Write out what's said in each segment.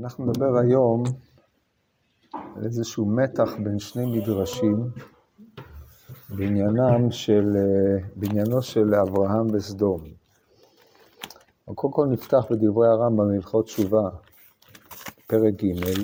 אנחנו נדבר היום על איזשהו מתח בין שני מדרשים בעניינו של אברהם וסדום. קודם כל נפתח בדברי הרמב"ם בהלכות תשובה, פרק ג'.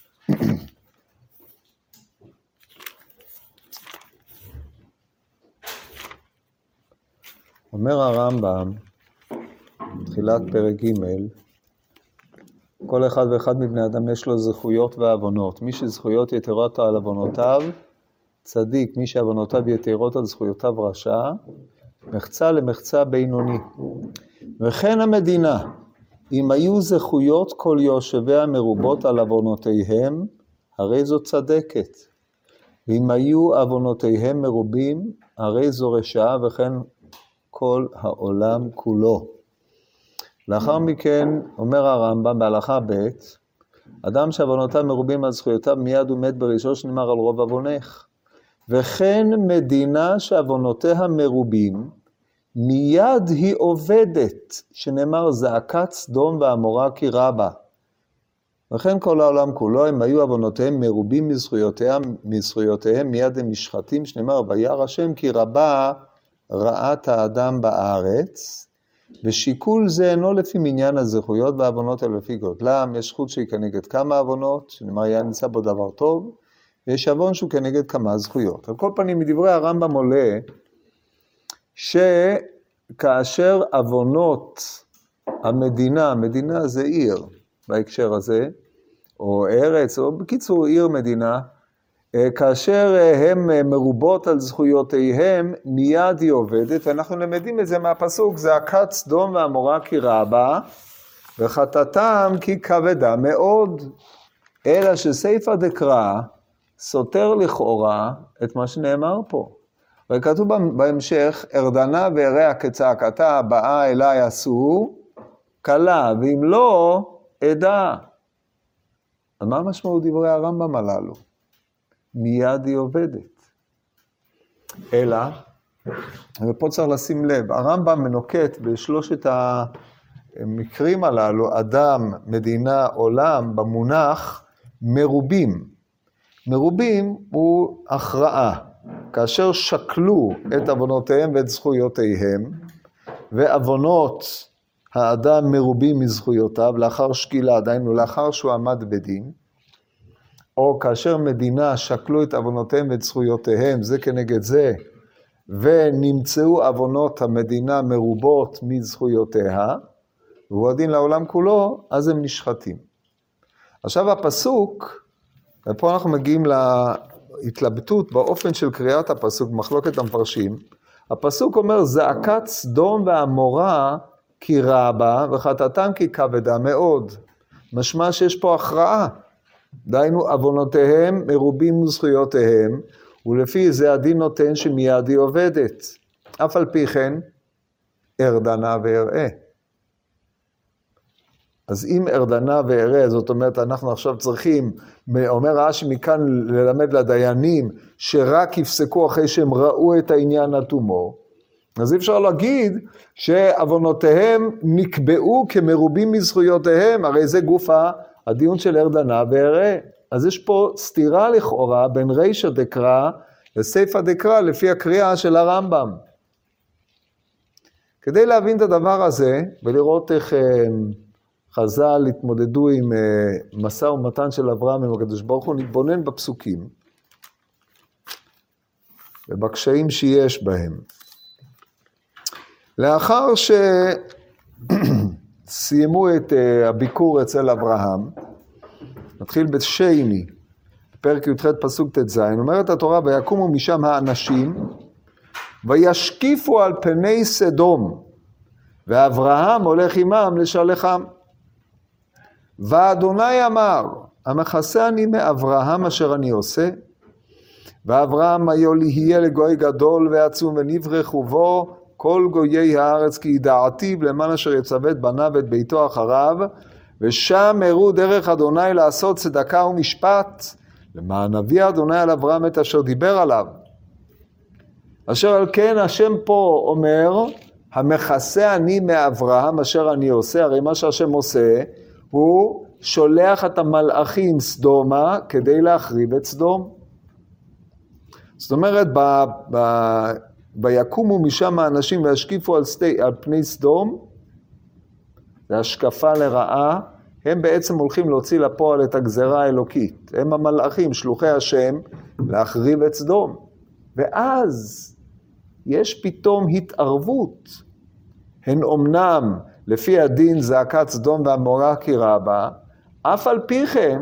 אומר הרמב"ם, תחילת פרק ג', כל אחד ואחד מבני אדם יש לו זכויות ועוונות. מי שזכויות יתרות על עוונותיו, צדיק. מי שעוונותיו יתרות על זכויותיו, רשע. מחצה למחצה בינוני. וכן המדינה, אם היו זכויות כל יושביה מרובות על עוונותיהם, הרי זו צדקת. ואם היו עוונותיהם מרובים, הרי זו רשעה, וכן כל העולם כולו. לאחר מכן אומר הרמב"ם בהלכה ב', אדם שעוונותיו מרובים על זכויותיו מיד הוא מת בראשו, שנאמר על רוב עוונך. וכן מדינה שעוונותיה מרובים, מיד היא עובדת, שנאמר זעקת סדום ועמורה כי רבה. וכן כל העולם כולו, אם היו עוונותיהם מרובים מזכויותיהם, מיד הם משחטים, שנאמר וירא השם כי רבה רעת האדם בארץ. ושיקול זה אינו לפי מניין הזכויות והעוונות אלא לפי גודלם. יש זכות שהיא כנגד כמה עוונות, שנאמר היה נמצא בו דבר טוב, ויש עוון שהוא כנגד כמה זכויות. על כל פנים מדברי הרמב"ם עולה שכאשר עוונות המדינה זה עיר בהקשר הזה, או ארץ, או בקיצור עיר מדינה, כאשר הם מרובות על זכויותיהם, מיד היא עובדת, ואנחנו למדים את זה מהפסוק, זעקת סדום ועמורה כי רבה, וחטאתם כי כבדה מאוד, אלא שסייפא דקרא סותר לכאורה את מה שנאמר פה. וכתוב בהמשך, ארדנה ואריה כצעקתה, באה אליי עשו, קלה, ואם לא, עדה. אז מה משמעות דברי הרמב"ם הללו? מיד היא עובדת. אלא, ופה צריך לשים לב, הרמב"ם מנוקט בשלושת המקרים הללו, אדם, מדינה, עולם, במונח מרובים. מרובים הוא הכרעה, כאשר שקלו את עוונותיהם ואת זכויותיהם, ועוונות האדם מרובים מזכויותיו, לאחר שקילה, דהיינו לאחר שהוא עמד בדין, או כאשר מדינה שקלו את עוונותיהם ואת זכויותיהם, זה כנגד זה, ונמצאו עוונות המדינה מרובות מזכויותיה, והוא הדין לעולם כולו, אז הם נשחטים. עכשיו הפסוק, ופה אנחנו מגיעים להתלבטות באופן של קריאת הפסוק, מחלוקת המפרשים, הפסוק אומר, זעקת סדום ועמורה כי רבה, וחטאתם כי כבדה מאוד. משמע שיש פה הכרעה. דהיינו, עוונותיהם מרובים מזכויותיהם, ולפי זה הדין נותן שמיד היא עובדת. אף על פי כן, ארדנה ואראה. אז אם ארדנה ואראה, זאת אומרת, אנחנו עכשיו צריכים, אומר רש"י מכאן ללמד לדיינים, שרק יפסקו אחרי שהם ראו את העניין עד תומו, אז אי אפשר להגיד שעוונותיהם נקבעו כמרובים מזכויותיהם, הרי זה גוף הדיון של ארדנה ואראה. אז יש פה סתירה לכאורה בין רישא דקרא לסייפא דקרא לפי הקריאה של הרמב"ם. כדי להבין את הדבר הזה ולראות איך חז"ל התמודדו עם משא ומתן של אברהם עם הקדוש ברוך הוא, נתבונן בפסוקים ובקשיים שיש בהם. לאחר שסיימו את הביקור אצל אברהם, נתחיל בשני, פרק י"ח פסוק ט"ז, אומרת התורה, ויקומו משם האנשים, וישקיפו על פני סדום, ואברהם הולך עמם לשלחם. ואדוני אמר, המכסה אני מאברהם אשר אני עושה, ואברהם יהיה לגוי גדול ועצום, ונברכו בו כל גויי הארץ, כי ידעתיו למען אשר יצווה את בניו ואת ביתו אחריו, ושם הראו דרך אדוני לעשות צדקה ומשפט, למען נביא אדוני על אברהם את אשר דיבר עליו. אשר על כן השם פה אומר, המכסה אני מאברהם אשר אני עושה, הרי מה שהשם עושה הוא שולח את המלאכים סדומה כדי להחריב את סדום. זאת אומרת, ויקומו משם האנשים וישקיפו על פני סדום, זה השקפה לרעה, הם בעצם הולכים להוציא לפועל את הגזרה האלוקית. הם המלאכים, שלוחי השם, להחריב את סדום. ואז יש פתאום התערבות. הן אומנם, לפי הדין, זעקת סדום ועמורה כי רבה, אף על פי כן,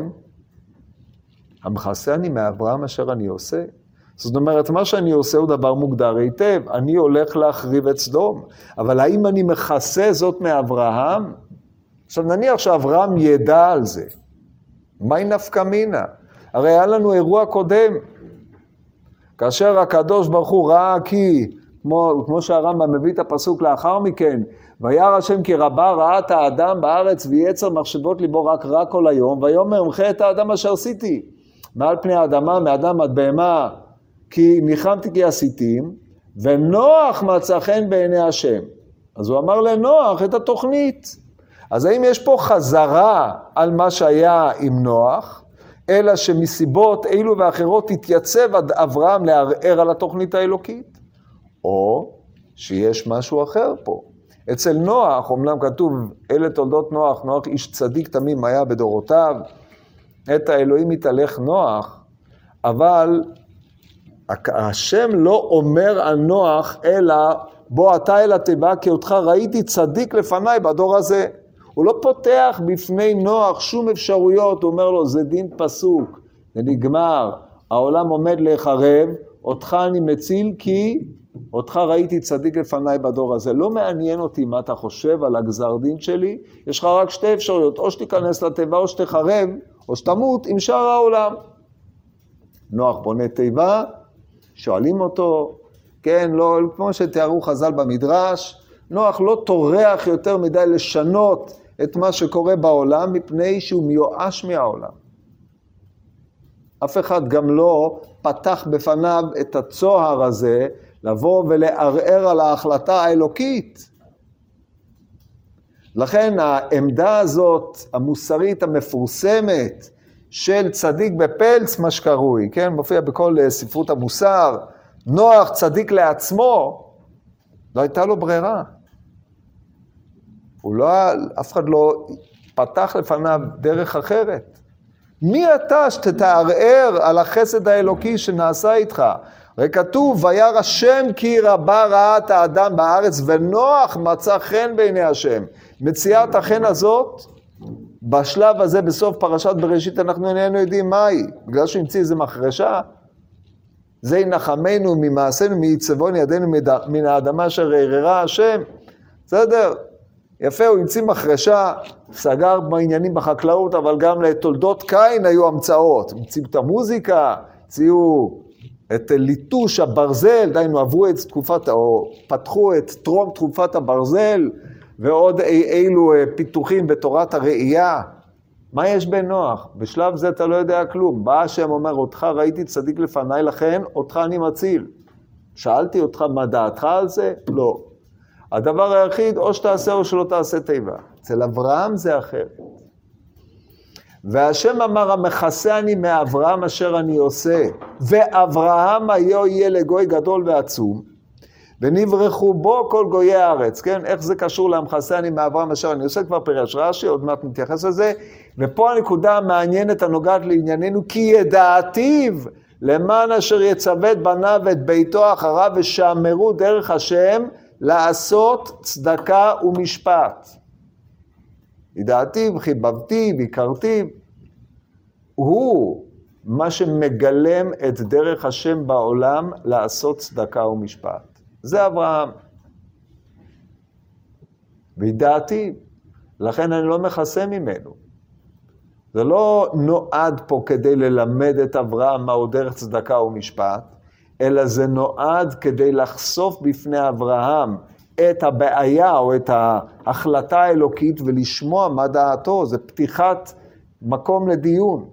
המכסה אני מאברהם אשר אני עושה. זאת אומרת, מה שאני עושה הוא דבר מוגדר היטב. אני הולך להחריב את סדום. אבל האם אני מכסה זאת מאברהם? עכשיו נניח שאברהם ידע על זה. מהי נפקא מינה? הרי היה לנו אירוע קודם. כאשר הקדוש ברוך הוא ראה כי, כמו שהרמב"ם מביא את הפסוק לאחר מכן, וירא השם כי רבה ראה את האדם בארץ ויצר מחשבות ליבו רק רע כל היום, ויאמר אמחה את האדם אשר עשיתי. מעל פני האדמה, מאדם עד בהמה, כי ניחמתי כי עשיתים, ונוח מצא חן בעיני השם. אז הוא אמר לנוח את התוכנית. אז האם יש פה חזרה על מה שהיה עם נוח, אלא שמסיבות אילו ואחרות תתייצב עד אברהם לערער על התוכנית האלוקית? או שיש משהו אחר פה. אצל נוח, אומנם כתוב, אלה תולדות נוח, נוח איש צדיק תמים היה בדורותיו, את האלוהים התהלך נוח, אבל השם לא אומר על נוח, אלא בוא אתה אל התיבה, כי אותך ראיתי צדיק לפניי בדור הזה. הוא לא פותח בפני נוח שום אפשרויות, הוא אומר לו, זה דין פסוק, זה נגמר, העולם עומד להיחרב, אותך אני מציל כי אותך ראיתי צדיק לפניי בדור הזה. לא מעניין אותי מה אתה חושב על הגזר דין שלי, יש לך רק שתי אפשרויות, או שתיכנס לתיבה או שתחרב, או שתמות עם שאר העולם. נוח בונה תיבה, שואלים אותו, כן, לא, כמו שתיארו חז"ל במדרש, נוח לא טורח יותר מדי לשנות את מה שקורה בעולם, מפני שהוא מיואש מהעולם. אף אחד גם לא פתח בפניו את הצוהר הזה, לבוא ולערער על ההחלטה האלוקית. לכן העמדה הזאת, המוסרית המפורסמת, של צדיק בפלץ, מה שקרוי, כן? מופיע בכל ספרות המוסר, נוח צדיק לעצמו, לא הייתה לו ברירה. אף אחד לא פתח לפניו דרך אחרת. מי אתה שתתערער על החסד האלוקי שנעשה איתך? הרי כתוב, וירא השם כי רבה ראה את האדם בארץ, ונוח מצא חן בעיני השם. מציאת החן הזאת, בשלב הזה, בסוף פרשת בראשית, אנחנו איננו יודעים מהי. בגלל שהוא המציא איזה מחרשה, זה ינחמנו ממעשינו, מעיצבון ידינו מן האדמה אשר ערערה השם. בסדר? יפה, הוא המציא מחרשה, סגר בעניינים בחקלאות, אבל גם לתולדות קין היו המצאות. המציאו את המוזיקה, המציאו את ליטוש הברזל, דיינו עברו את תקופת, או פתחו את טרום תקופת הברזל, ועוד אילו פיתוחים בתורת הראייה. מה יש בנוח? בשלב זה אתה לא יודע כלום. בא השם אומר, אותך ראיתי צדיק לפניי, לכן אותך אני מציל. שאלתי אותך מה דעתך על זה? לא. הדבר היחיד, או שתעשה או שלא תעשה תיבה. אצל אברהם זה אחר. והשם אמר, המכסה אני מאברהם אשר אני עושה, ואברהם היו יהיה לגוי גדול ועצום, ונברחו בו כל גויי הארץ, כן? איך זה קשור למכסה אני מאברהם אשר אני עושה? כבר פירש רש"י, עוד מעט מתייחס לזה, ופה הנקודה המעניינת הנוגעת לענייננו, כי ידעתיו למען אשר יצווה את בניו ואת ביתו אחריו, ושמרו דרך השם לעשות צדקה ומשפט. ידעתיו, חיבבתיו, הכרתיו, הוא מה שמגלם את דרך השם בעולם לעשות צדקה ומשפט. זה אברהם. וידעתיו, לכן אני לא מכסה ממנו. זה לא נועד פה כדי ללמד את אברהם מהו דרך צדקה ומשפט, אלא זה נועד כדי לחשוף בפני אברהם את הבעיה או את ההחלטה האלוקית ולשמוע מה דעתו. זה פתיחת מקום לדיון.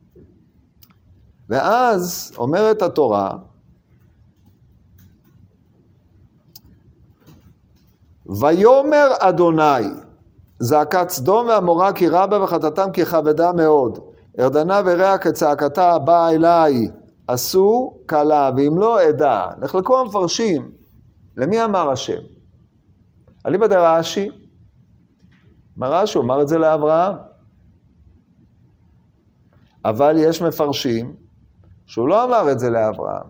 ואז אומרת התורה, ויאמר אדוני, זעקת סדום ועמורה כי רבה וחטאתם כי כבדה מאוד. ארדנה ורע כצעקתה הבאה אליי, עשו קלה, ואם לא עדה. נחלקו המפרשים, למי אמר השם? אליבא דרש"י, רש"י אמר את זה לאברהם. אבל יש מפרשים שהוא לא אמר את זה לאברהם.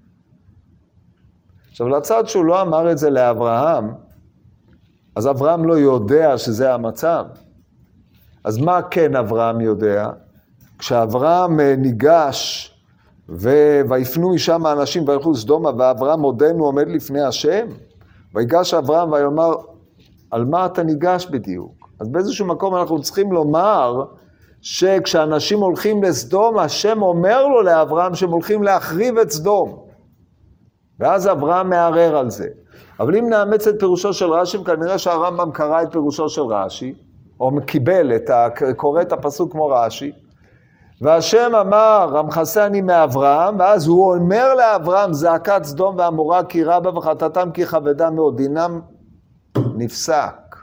עכשיו, לצד שהוא לא אמר את זה לאברהם, אז אברהם לא יודע שזה המצב. אז מה כן אברהם יודע? כשאברהם ניגש ויפנו משם האנשים וילכו סדומה, ואברהם עודנו עומד לפני השם, ויגש אברהם ויאמר, על מה אתה ניגש בדיוק? אז באיזשהו מקום אנחנו צריכים לומר, שכשאנשים הולכים לסדום, השם אומר לו לאברהם שהם הולכים להחריב את סדום. ואז אברהם מערער על זה. אבל אם נאמץ את פירושו של רש"י, כנראה שהרמב"ם קרא את פירושו של רש"י, או קיבל קורא את הפסוק כמו רש"י, והשם אמר, המחסה אני מאברהם, ואז הוא אומר לאברהם, זעקת סדום ועמורה כי רבה וחטאתם כי כבדה מאוד, דינם נפסק.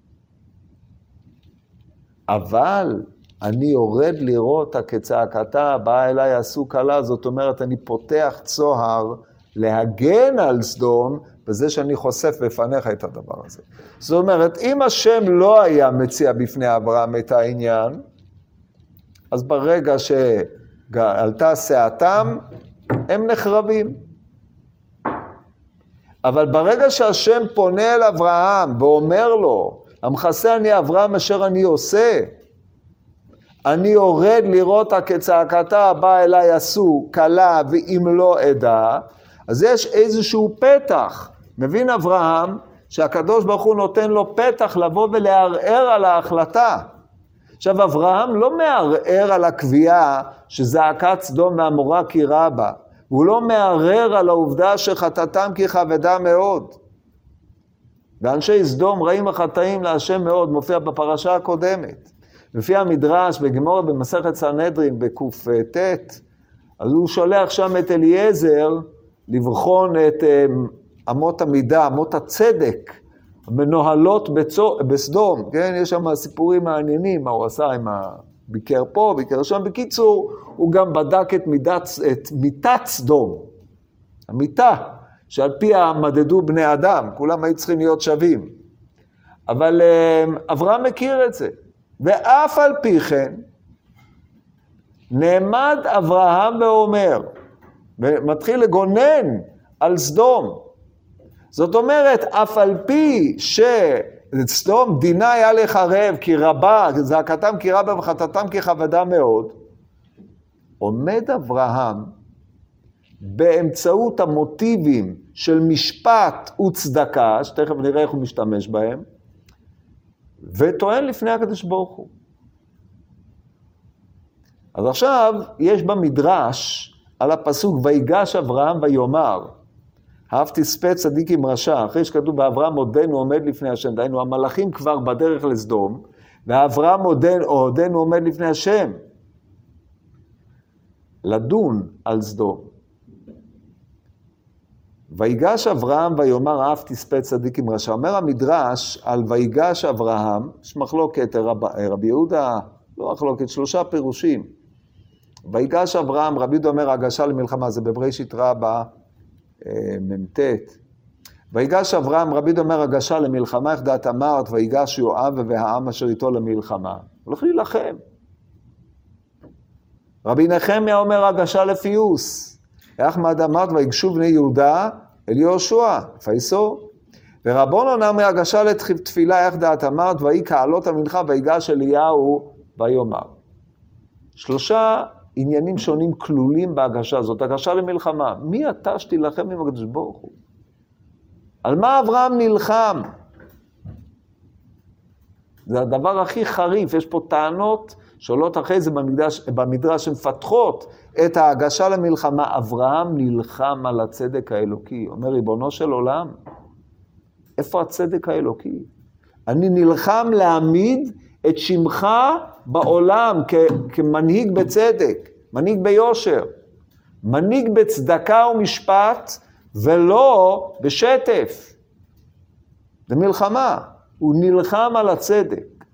אבל אני יורד לראות כצעקתה, באה אליי עשו קלה, זאת אומרת, אני פותח צוהר להגן על סדום, בזה שאני חושף בפניך את הדבר הזה. זאת אומרת, אם השם לא היה מציע בפני אברהם את העניין, אז ברגע שעלתה שעתם, הם נחרבים. אבל ברגע שהשם פונה אל אברהם ואומר לו, המחסה אני אברהם אשר אני עושה, אני יורד לראות כצעקתה הבאה אליי עשו קלה ואם לא עדה, אז יש איזשהו פתח. מבין אברהם שהקדוש ברוך הוא נותן לו פתח לבוא ולערער על ההחלטה. עכשיו אברהם לא מערער על הקביעה שזעקת סדום ועמורה כי רבה. הוא לא מערער על העובדה שחטאתם כי כבדה מאוד. ואנשי סדום רעים החטאים להשם מאוד, מופיע בפרשה הקודמת. לפי המדרש בגמרא במסכת סנהדרין בק"ט, אז הוא שולח שם את אליעזר לבחון את אמות המידה, אמות הצדק, מנוהלות בסדום, כן? יש שם סיפורים מעניינים, מה הוא עשה עם ביקר פה, ביקר שם. בקיצור, הוא גם בדק את מיטת סדום, המיטה, שעל פיה מדדו בני אדם, כולם היו צריכים להיות שווים. אבל אברהם מכיר את זה, ואף על פי כן, נעמד אברהם ואומר, ומתחיל לגונן על סדום. זאת אומרת, אף על פי שסדום דינה היה לחרב, כי רבה, זעקתם כי רבה וחטאתם כי כבדה מאוד, עומד אברהם באמצעות המוטיבים של משפט וצדקה, שתכף נראה איך הוא משתמש בהם, וטוען לפני הקדוש ברוך הוא. אז עכשיו יש במדרש על הפסוק, ויגש אברהם ויאמר, אהב תספה צדיק עם רשע, אחרי שכתוב באברהם עודנו עומד לפני השם, דהיינו המלאכים כבר בדרך לסדום, ואברהם עודנו עומד לפני השם, לדון על סדום. ויגש אברהם ויאמר, אהב תספה צדיק עם רשע. אומר המדרש על ויגש אברהם, יש מחלוקת, רבי יהודה, לא מחלוקת, 3 פירושים. ויגש אברהם, רבי יהודה אומר, הגשה למלחמה, זה בבראשית רבה, מ"ט. ויגש אברהם, רבי יהודה אומר, הגשה למלחמה, איך דעת אמרת, ויגש יואב והעם אשר איתו למלחמה. הולך להילחם. רבי נחמיה אומר, הגשה לפיוס. איך מעד אמרת, ויגשו בני יהודה אל יהושע, פייסו. ורבונן אמר, הגשה לתפילה, איך דעת אמרת, ויהי כעלות המנחה, ויגש אליהו ויאמר. 3 עניינים שונים כלולים בהגשה הזאת, הגשה למלחמה. מי אתה שתילחם עם הקדוש ברוך הוא? על מה אברהם נלחם? זה הדבר הכי חריף, יש פה טענות שעולות אחרי זה במדרש שמפתחות את ההגשה למלחמה. אברהם נלחם על הצדק האלוקי, אומר ריבונו של עולם, איפה הצדק האלוקי? אני נלחם להעמיד את שמך בעולם כמנהיג בצדק, מנהיג ביושר, מנהיג בצדקה ומשפט, ולא בשטף. זה מלחמה, הוא נלחם על הצדק.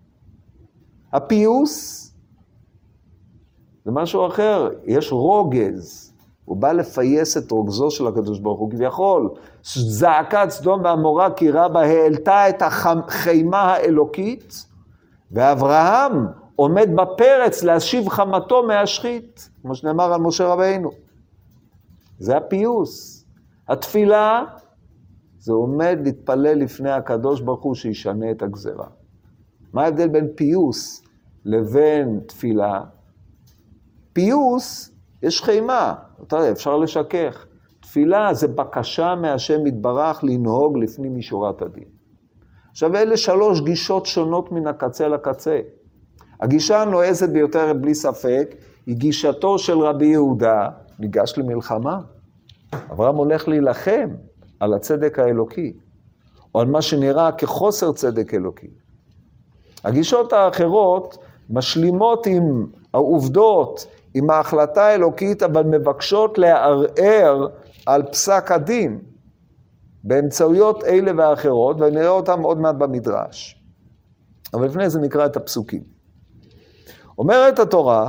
הפיוס זה משהו אחר, יש רוגז, הוא בא לפייס את רוגזו של הקדוש ברוך הוא, כביכול, זעקת סדום ועמורה כי רבה העלתה את החיימה האלוקית, ואברהם עומד בפרץ להשיב חמתו מהשחית, כמו שנאמר על משה רבינו. זה הפיוס. התפילה, זה עומד להתפלל לפני הקדוש ברוך הוא שישנה את הגזרה. מה ההבדל בין פיוס לבין תפילה? פיוס, יש חיימה, אפשר לשכך. תפילה זה בקשה מהשם יתברך לנהוג לפנים משורת הדין. עכשיו, אלה 3 גישות שונות מן הקצה לקצה. הגישה הנועזת ביותר, בלי ספק, היא גישתו של רבי יהודה, ניגש למלחמה. אברהם הולך להילחם על הצדק האלוקי, או על מה שנראה כחוסר צדק אלוקי. הגישות האחרות משלימות עם העובדות, עם ההחלטה האלוקית, אבל מבקשות לערער על פסק הדין, באמצעויות אלה ואחרות, ונראה אותם עוד מעט במדרש. אבל לפני זה נקרא את הפסוקים. אומרת התורה,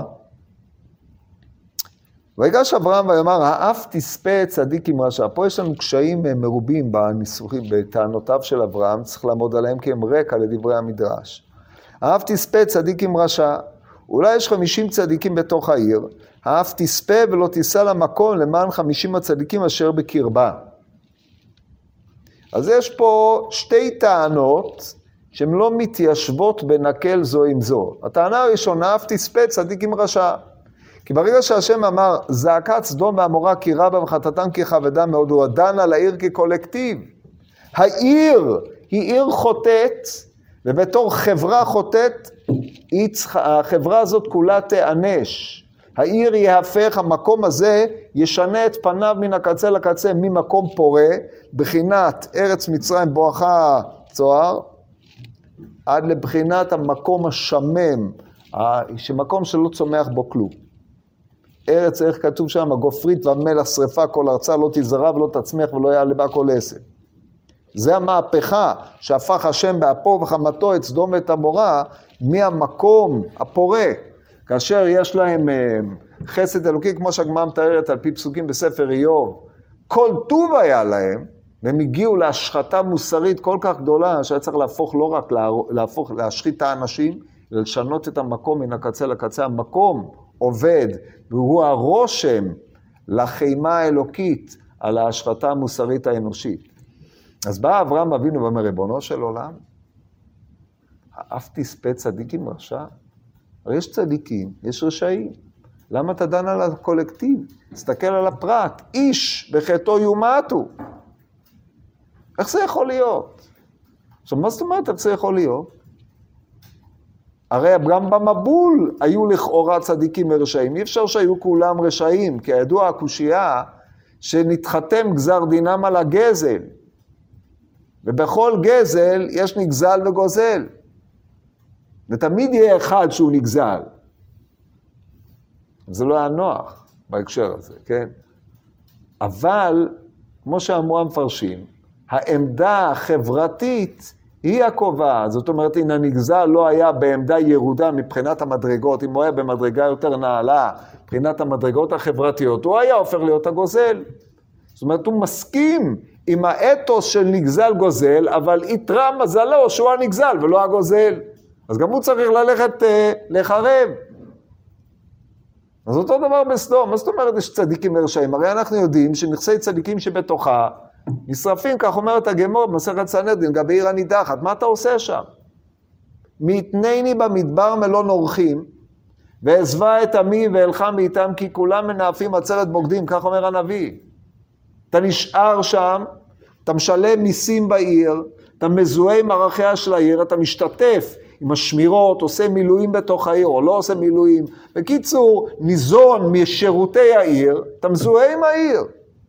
ויגש אברהם ויאמר, האף תספה צדיק עם רשע. פה יש לנו קשיים מרובים בניסוחים, בטענותיו של אברהם, צריך לעמוד עליהם כי הם רקע לדברי המדרש. האף תספה צדיק עם רשע. אולי יש 50 צדיקים בתוך העיר, האף תספה ולא תיסע למקום למען 50 הצדיקים אשר בקרבה. אז יש פה 2 טענות שהן לא מתיישבות בנקל זו עם זו. הטענה הראשונה, האף תספה צדיק עם רשע. כי ברגע שהשם אמר, זעקת סדום ועמורה כי רבה וחטאתם כי כבדה מאוד, הוא דן על העיר כקולקטיב. העיר היא עיר חוטאת, ובתור חברה חוטאת, החברה הזאת כולה תיענש. העיר יהפך, המקום הזה ישנה את פניו מן הקצה לקצה, ממקום פורה, בחינת ארץ מצרים בואכה צוהר, עד לבחינת המקום השמם, שמקום שלא צומח בו כלום. ארץ, איך כתוב שם, הגופרית והמלח שרפה כל ארצה, לא תזרע ולא תצמיח ולא יעלה בה כל עשב. זה המהפכה שהפך השם באפו וחמתו את סדום ואת עמורה מהמקום הפורה, כאשר יש להם חסד אלוקי, כמו שהגמרא מתארת על פי פסוקים בספר איוב, כל טוב היה להם, והם הגיעו להשחתה מוסרית כל כך גדולה, שהיה צריך להפוך לא רק להשחית את האנשים, אלא לשנות את המקום מן הקצה לקצה. המקום עובד, והוא הרושם לחיימה האלוקית על ההשחתה המוסרית האנושית. אז בא אברהם אבינו ואומר, ריבונו של עולם, האף תספה צדיק עם רשע? הרי יש צדיקים, יש רשעים. למה אתה דן על הקולקטיב? תסתכל על הפרט, איש בחטאו יומתו. איך זה יכול להיות? עכשיו, מה זאת אומרת, איך זה יכול להיות? הרי גם במבול היו לכאורה צדיקים ורשעים. אי אפשר שהיו כולם רשעים, כי הידוע הקושייה שנתחתם גזר דינם על הגזל. ובכל גזל יש נגזל וגוזל. ותמיד יהיה אחד שהוא נגזל. זה לא היה נוח בהקשר הזה, כן? אבל, כמו שאמרו המפרשים, העמדה החברתית היא הקובעת. זאת אומרת, אם הנגזל לא היה בעמדה ירודה מבחינת המדרגות, אם הוא היה במדרגה יותר נעלה, מבחינת המדרגות החברתיות, הוא היה הופך להיות הגוזל. זאת אומרת, הוא מסכים עם האתוס של נגזל גוזל, אבל יתרה מזלו שהוא הנגזל ולא הגוזל. אז גם הוא צריך ללכת לחרב. אז אותו דבר בסדום. מה זאת אומרת יש צדיקים ורשעים? הרי אנחנו יודעים שנכסי צדיקים שבתוכה נשרפים, כך אומרת הגמור במסכת סנהדרין, גם בעיר הנידחת. מה אתה עושה שם? מתנני במדבר מלון אורחים, ועזבה את עמי והלכה מאיתם, כי כולם מנאפים עצרת בוגדים, כך אומר הנביא. אתה נשאר שם, אתה משלם מיסים בעיר, אתה מזוהה עם ערכיה של העיר, אתה משתתף עם השמירות, עושה מילואים בתוך העיר, או לא עושה מילואים. בקיצור, ניזון משירותי העיר, אתה מזוהה עם העיר.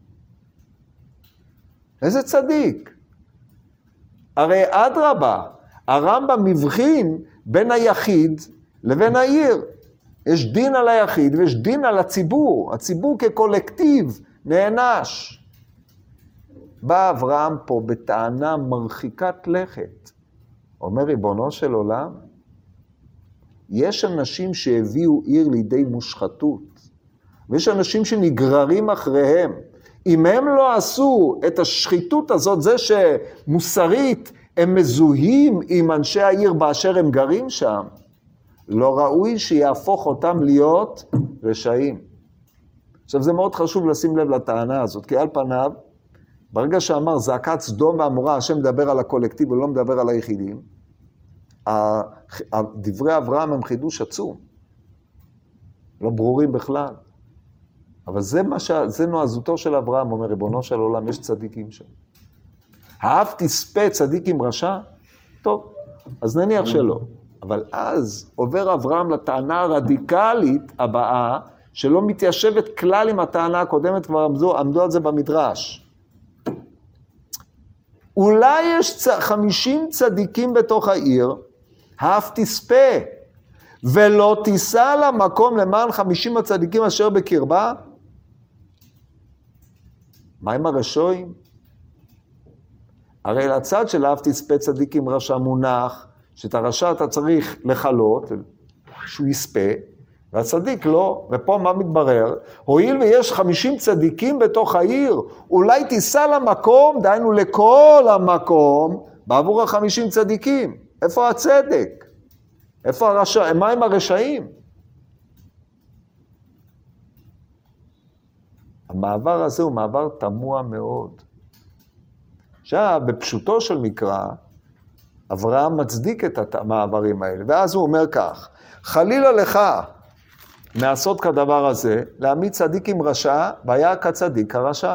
איזה צדיק. הרי אדרבה, הרמב"ם מבחין בין היחיד לבין העיר. יש דין על היחיד ויש דין על הציבור. הציבור כקולקטיב נענש. בא אברהם פה בטענה מרחיקת לכת. אומר ריבונו של עולם, יש אנשים שהביאו עיר לידי מושחתות, ויש אנשים שנגררים אחריהם. אם הם לא עשו את השחיתות הזאת, זה שמוסרית הם מזוהים עם אנשי העיר באשר הם גרים שם, לא ראוי שיהפוך אותם להיות רשעים. עכשיו זה מאוד חשוב לשים לב לטענה הזאת, כי על פניו, ברגע שאמר זעקת סדום ועמורה, השם מדבר על הקולקטיב ולא מדבר על היחידים, דברי אברהם הם חידוש עצום, לא ברורים בכלל. אבל זה נועזותו של אברהם, אומר ריבונו של עולם, יש צדיקים שם. האב תספה צדיק עם רשע? טוב, אז נניח שלא. אבל אז עובר אברהם לטענה הרדיקלית הבאה, שלא מתיישבת כלל עם הטענה הקודמת, כבר עמדו על זה במדרש. אולי יש 50 צדיקים בתוך העיר, האב תספה, ולא תיסע למקום למען 50 הצדיקים אשר בקרבה? מה עם הרשעים? הרי לצד של האב תספה צדיק עם רשע מונח, שאת הרשע אתה צריך לחלות, שהוא יספה, והצדיק לא, ופה מה מתברר? הואיל ויש 50 צדיקים בתוך העיר, אולי תיסע למקום, דהיינו לכל המקום, בעבור ה50 צדיקים. איפה הצדק? איפה הרשע? מה עם הרשעים? המעבר הזה הוא מעבר תמוה מאוד. עכשיו, בפשוטו של מקרא, אברהם מצדיק את המעברים האלה, ואז הוא אומר כך, חלילה לך מעשות כדבר הזה, להעמיד צדיק עם רשע, והיה כצדיק הרשע.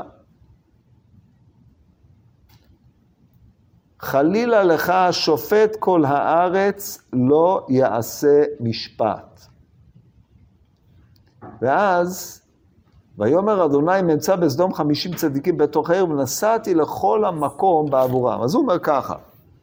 חלילה לך שופט כל הארץ לא יעשה משפט. ואז, ויאמר אדוני נמצא בסדום 50 צדיקים בתוך העיר, ונסעתי לכל המקום בעבורם. אז הוא אומר ככה,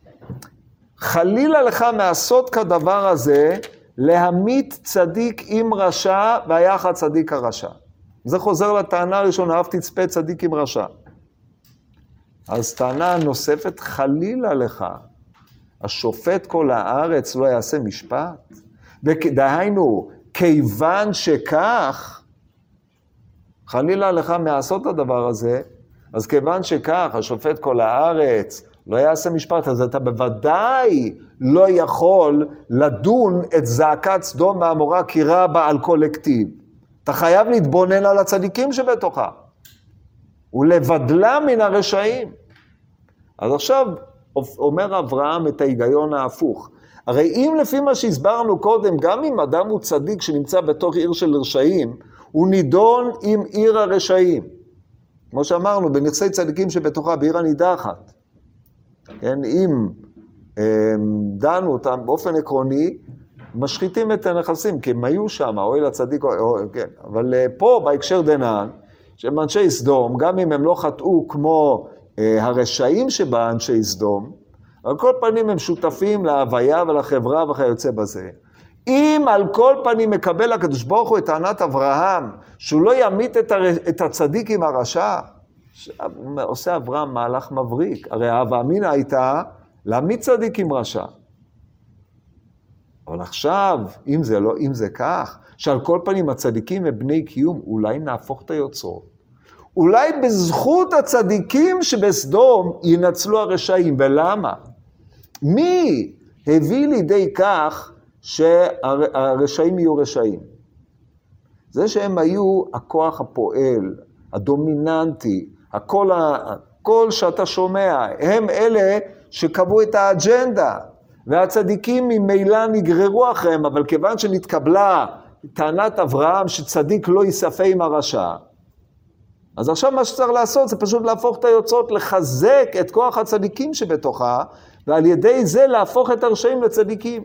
חלילה לך מעשות כדבר הזה, להמית צדיק עם רשע, והיה צדיק הרשע. זה חוזר לטענה הראשונה, אף תצפה צדיק עם רשע. אז טענה נוספת, חלילה לך, השופט כל הארץ לא יעשה משפט. דהיינו, כיוון שכך, חלילה לך מעשות הדבר הזה, אז כיוון שכך, השופט כל הארץ לא יעשה משפט, אז אתה בוודאי לא יכול לדון את זעקת סדום ועמורה כי רע בה על קולקטיב. אתה חייב להתבונן על הצדיקים שבתוכה, ולבדלה מן הרשעים. אז עכשיו אומר אברהם את ההיגיון ההפוך. הרי אם לפי מה שהסברנו קודם, גם אם אדם הוא צדיק שנמצא בתוך עיר של רשעים, הוא נידון עם עיר הרשעים. כמו שאמרנו, בנכסי צדיקים שבתוכה, בעיר הנידחת. כן, אם דנו אותם באופן עקרוני, משחיתים את הנכסים, כי הם היו שם, אוהל הצדיק, כן. אבל פה, בהקשר דנן, שהם אנשי סדום, גם אם הם לא חטאו כמו הרשעים שבה אנשי סדום, על כל פנים הם שותפים להוויה ולחברה וכיוצא בזה. אם על כל פנים מקבל הקדוש ברוך הוא את טענת אברהם, שהוא לא ימית את הצדיק עם הרשע, עושה אברהם מהלך מבריק. הרי ההווה אמינא הייתה להמית צדיק עם רשע. אבל עכשיו, אם זה כך, שעל כל פנים הצדיקים הם בני קיום, אולי נהפוך את היוצרות. אולי בזכות הצדיקים שבסדום ינצלו הרשעים. ולמה? מי הביא לידי כך שהרשעים יהיו רשעים? זה שהם היו הכוח הפועל, הדומיננטי, הקול שאתה שומע, הם אלה שקבעו את האג'נדה, והצדיקים ממילא נגררו אחריהם, אבל כיוון שנתקבלה טענת אברהם שצדיק לא יספה עם הרשע, אז עכשיו מה שצריך לעשות זה פשוט להפוך את היוצרות, לחזק את כוח הצדיקים שבתוכה, ועל ידי זה להפוך את הרשעים לצדיקים.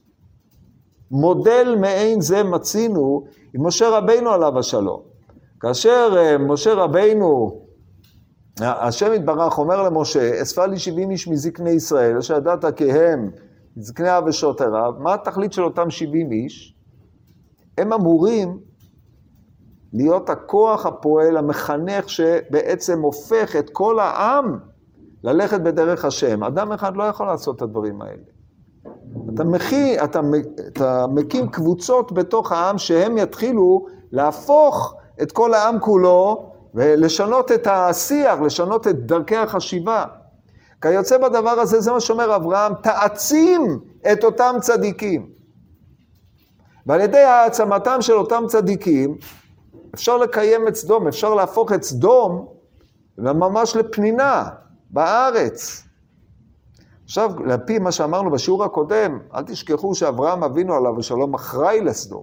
מודל מעין זה מצינו עם משה רבינו עליו השלום. כאשר משה רבינו, השם יתברך אומר למשה, אספה לי 70 איש מזקני ישראל, שידעת כי הם זקני אב ושוטר אב. מה התכלית של אותם 70 איש? הם אמורים להיות הכוח הפועל, המחנך שבעצם הופך את כל העם ללכת בדרך השם. אדם אחד לא יכול לעשות את הדברים האלה. אתה מקים קבוצות בתוך העם שהם יתחילו להפוך את כל העם כולו ולשנות את השיח, לשנות את דרכי החשיבה. כיוצא בדבר הזה, זה מה שאומר אברהם, תעצים את אותם צדיקים. ועל ידי העצמתם של אותם צדיקים, אפשר לקיים את סדום, אפשר להפוך את סדום ממש לפנינה בארץ. עכשיו, לפי מה שאמרנו בשיעור הקודם, אל תשכחו שאברהם אבינו עליו ושלום אחראי לסדום.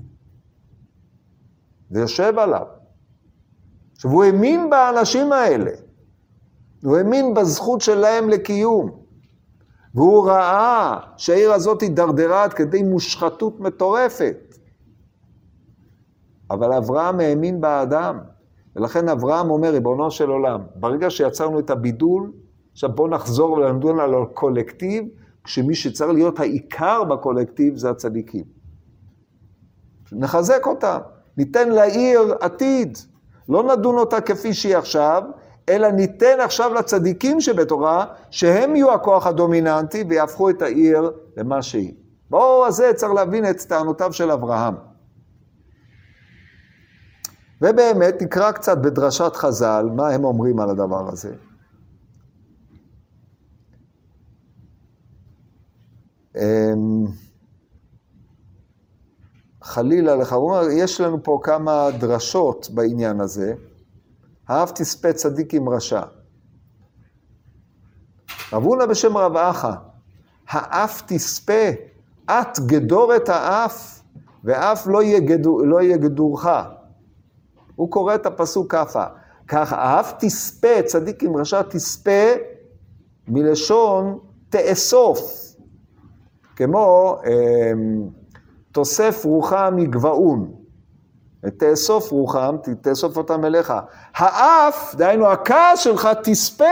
זה יושב עליו. עכשיו, הוא האמין באנשים האלה. הוא האמין בזכות שלהם לקיום. והוא ראה שהעיר הזאת הידרדרה עד כדי מושחתות מטורפת. אבל אברהם האמין באדם. ולכן אברהם אומר, ריבונו של עולם, ברגע שיצרנו את הבידול, עכשיו בואו נחזור ולנדון על הקולקטיב, כשמי שצריך להיות העיקר בקולקטיב זה הצדיקים. נחזק אותם, ניתן לעיר עתיד, לא נדון אותה כפי שהיא עכשיו, אלא ניתן עכשיו לצדיקים שבתורה, שהם יהיו הכוח הדומיננטי ויהפכו את העיר למה שהיא. באור הזה צריך להבין את טענותיו של אברהם. ובאמת נקרא קצת בדרשת חז"ל, מה הם אומרים על הדבר הזה. חלילה לך, הוא אומר, יש לנו פה כמה דרשות בעניין הזה. האב תספה צדיק עם רשע. רב הונא בשם רב אחא, האף תספה, את גדור את האף, ואף לא יהיה גדורך. הוא קורא את הפסוק ככה, האף תספה, צדיק עם רשע תספה, מלשון תאסוף. כמו תוסף רוחם מגבעון. תאסוף רוחם, תאסוף אותם אליך. האף, דהיינו הכעס שלך, תספה.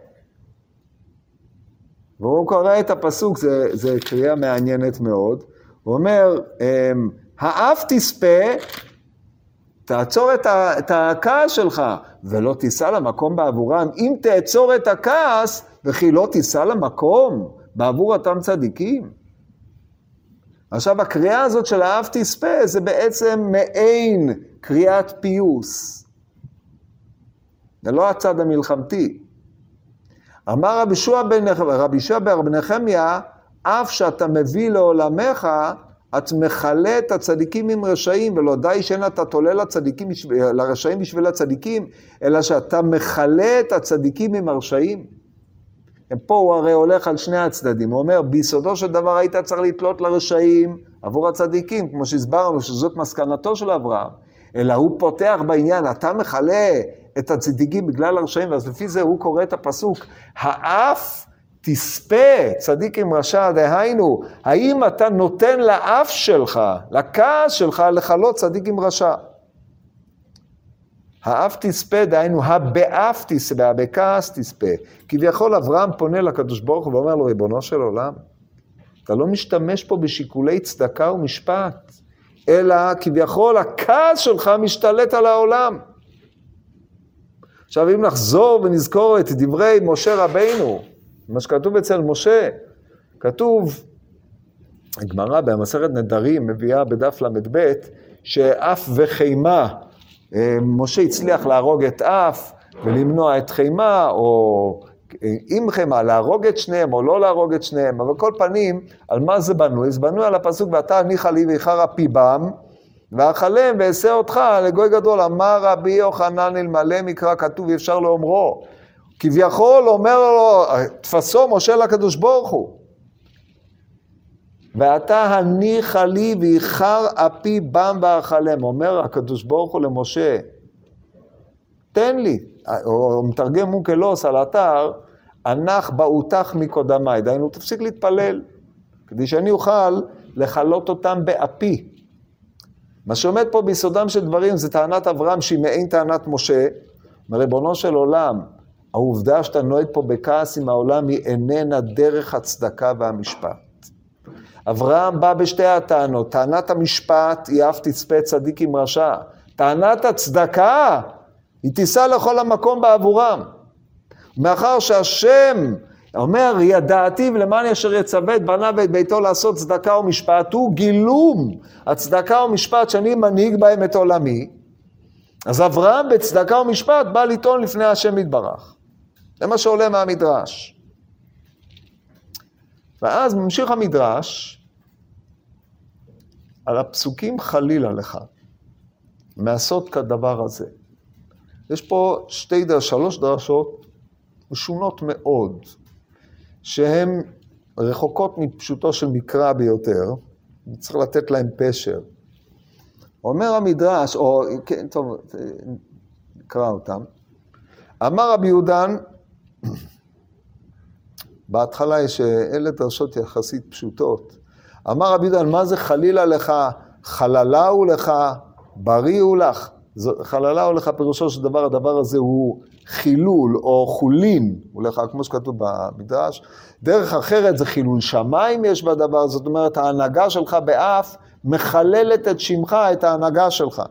והוא קורא את הפסוק, זה קריאה מעניינת מאוד. הוא אומר, האף תספה, תעצור את הכעס שלך, ולא תיסע למקום בעבורם. אם תעצור את הכעס, וכי לא תיסע למקום בעבור אותם צדיקים. עכשיו, הקריאה הזאת של האב תספה, זה בעצם מעין קריאת פיוס. זה לא הצד המלחמתי. אמר רבי יהושע בן נחמיה, אף שאתה מביא לעולמך, את מכלה את הצדיקים עם רשעים, ולא די שאין אתה תולה לרשעים בשביל הצדיקים, אלא שאתה מכלה את הצדיקים עם הרשעים. פה הוא הרי הולך על שני הצדדים, הוא אומר, ביסודו של דבר היית צריך לתלות לרשעים עבור הצדיקים, כמו שהסברנו שזאת מסקנתו של אברהם, אלא הוא פותח בעניין, אתה מכלה את הצדיקים בגלל הרשעים, ואז לפי זה הוא קורא את הפסוק, האף תספה צדיק עם רשע, דהיינו, האם אתה נותן לאף שלך, לכעס שלך, לחלות צדיק עם רשע? האף תספה, דהיינו, הבאף תספה, הבכעס תספה. כביכול אברהם פונה לקדוש ברוך הוא ואומר לו, ריבונו של עולם, אתה לא משתמש פה בשיקולי צדקה ומשפט, אלא כביכול הכעס שלך משתלט על העולם. עכשיו אם נחזור ונזכור את דברי משה רבינו, מה שכתוב אצל משה, כתוב, הגמרא במסכת נדרים מביאה בדף ל"ב, שאף וחימה, משה הצליח להרוג את אף ולמנוע את חימה, או עם חימה, להרוג את שניהם או לא להרוג את שניהם, אבל כל פנים, על מה זה בנוי? זה בנוי על הפסוק, ואתה הניחה לי ואיחר אפי בם, ואכלם ואעשה אותך לגוי גדול, אמר רבי יוחנן אלמלא מקרא כתוב, אפשר לאומרו. כביכול אומר לו, תפסו משה לקדוש ברוך הוא. ואתה הניחה לי ואיחר אפי בם ואכלם, אומר הקדוש ברוך הוא למשה, תן לי, או מתרגם מונקלוס על אתר, הנח באותך מקודמי, דהיינו תפסיק להתפלל, כדי שאני אוכל לחלות אותם באפי. מה שעומד פה ביסודם של דברים זה טענת אברהם שהיא מעין טענת משה, מריבונו של עולם, העובדה שאתה נוהג פה בכעס עם העולם היא איננה דרך הצדקה והמשפט. אברהם בא בשתי הטענות, טענת המשפט היא אף תצפה צדיק עם רשע, טענת הצדקה היא תיסע לכל המקום בעבורם. מאחר שהשם אומר, ידעתי ולמען אשר יצווה את בניו ואת ביתו לעשות צדקה ומשפט, הוא גילום הצדקה ומשפט שאני מנהיג בהם את עולמי. אז אברהם בצדקה ומשפט בא לטעון לפני השם יתברך. זה מה שעולה מהמדרש. ואז ממשיך המדרש על הפסוקים חלילה לך, מעשות כדבר הזה. יש פה שלוש דרשות משונות מאוד, שהן רחוקות מפשוטו של מקרא ביותר, צריך לתת להם פשר. אומר המדרש, או כן, טוב, נקרא אותם. אמר רבי יהודן, בהתחלה יש אלה דרשות יחסית פשוטות. אמר רבי יהודן, מה זה חלילה לך? חללה הוא לך, בריא הוא לך. חללה הוא לך פירושו של דבר, הדבר הזה הוא חילול או חולין, הוא לך כמו שכתוב במדרש. דרך אחרת זה חילול שמיים יש בדבר, זאת אומרת ההנהגה שלך באף מחללת את שמך, את ההנהגה שלך.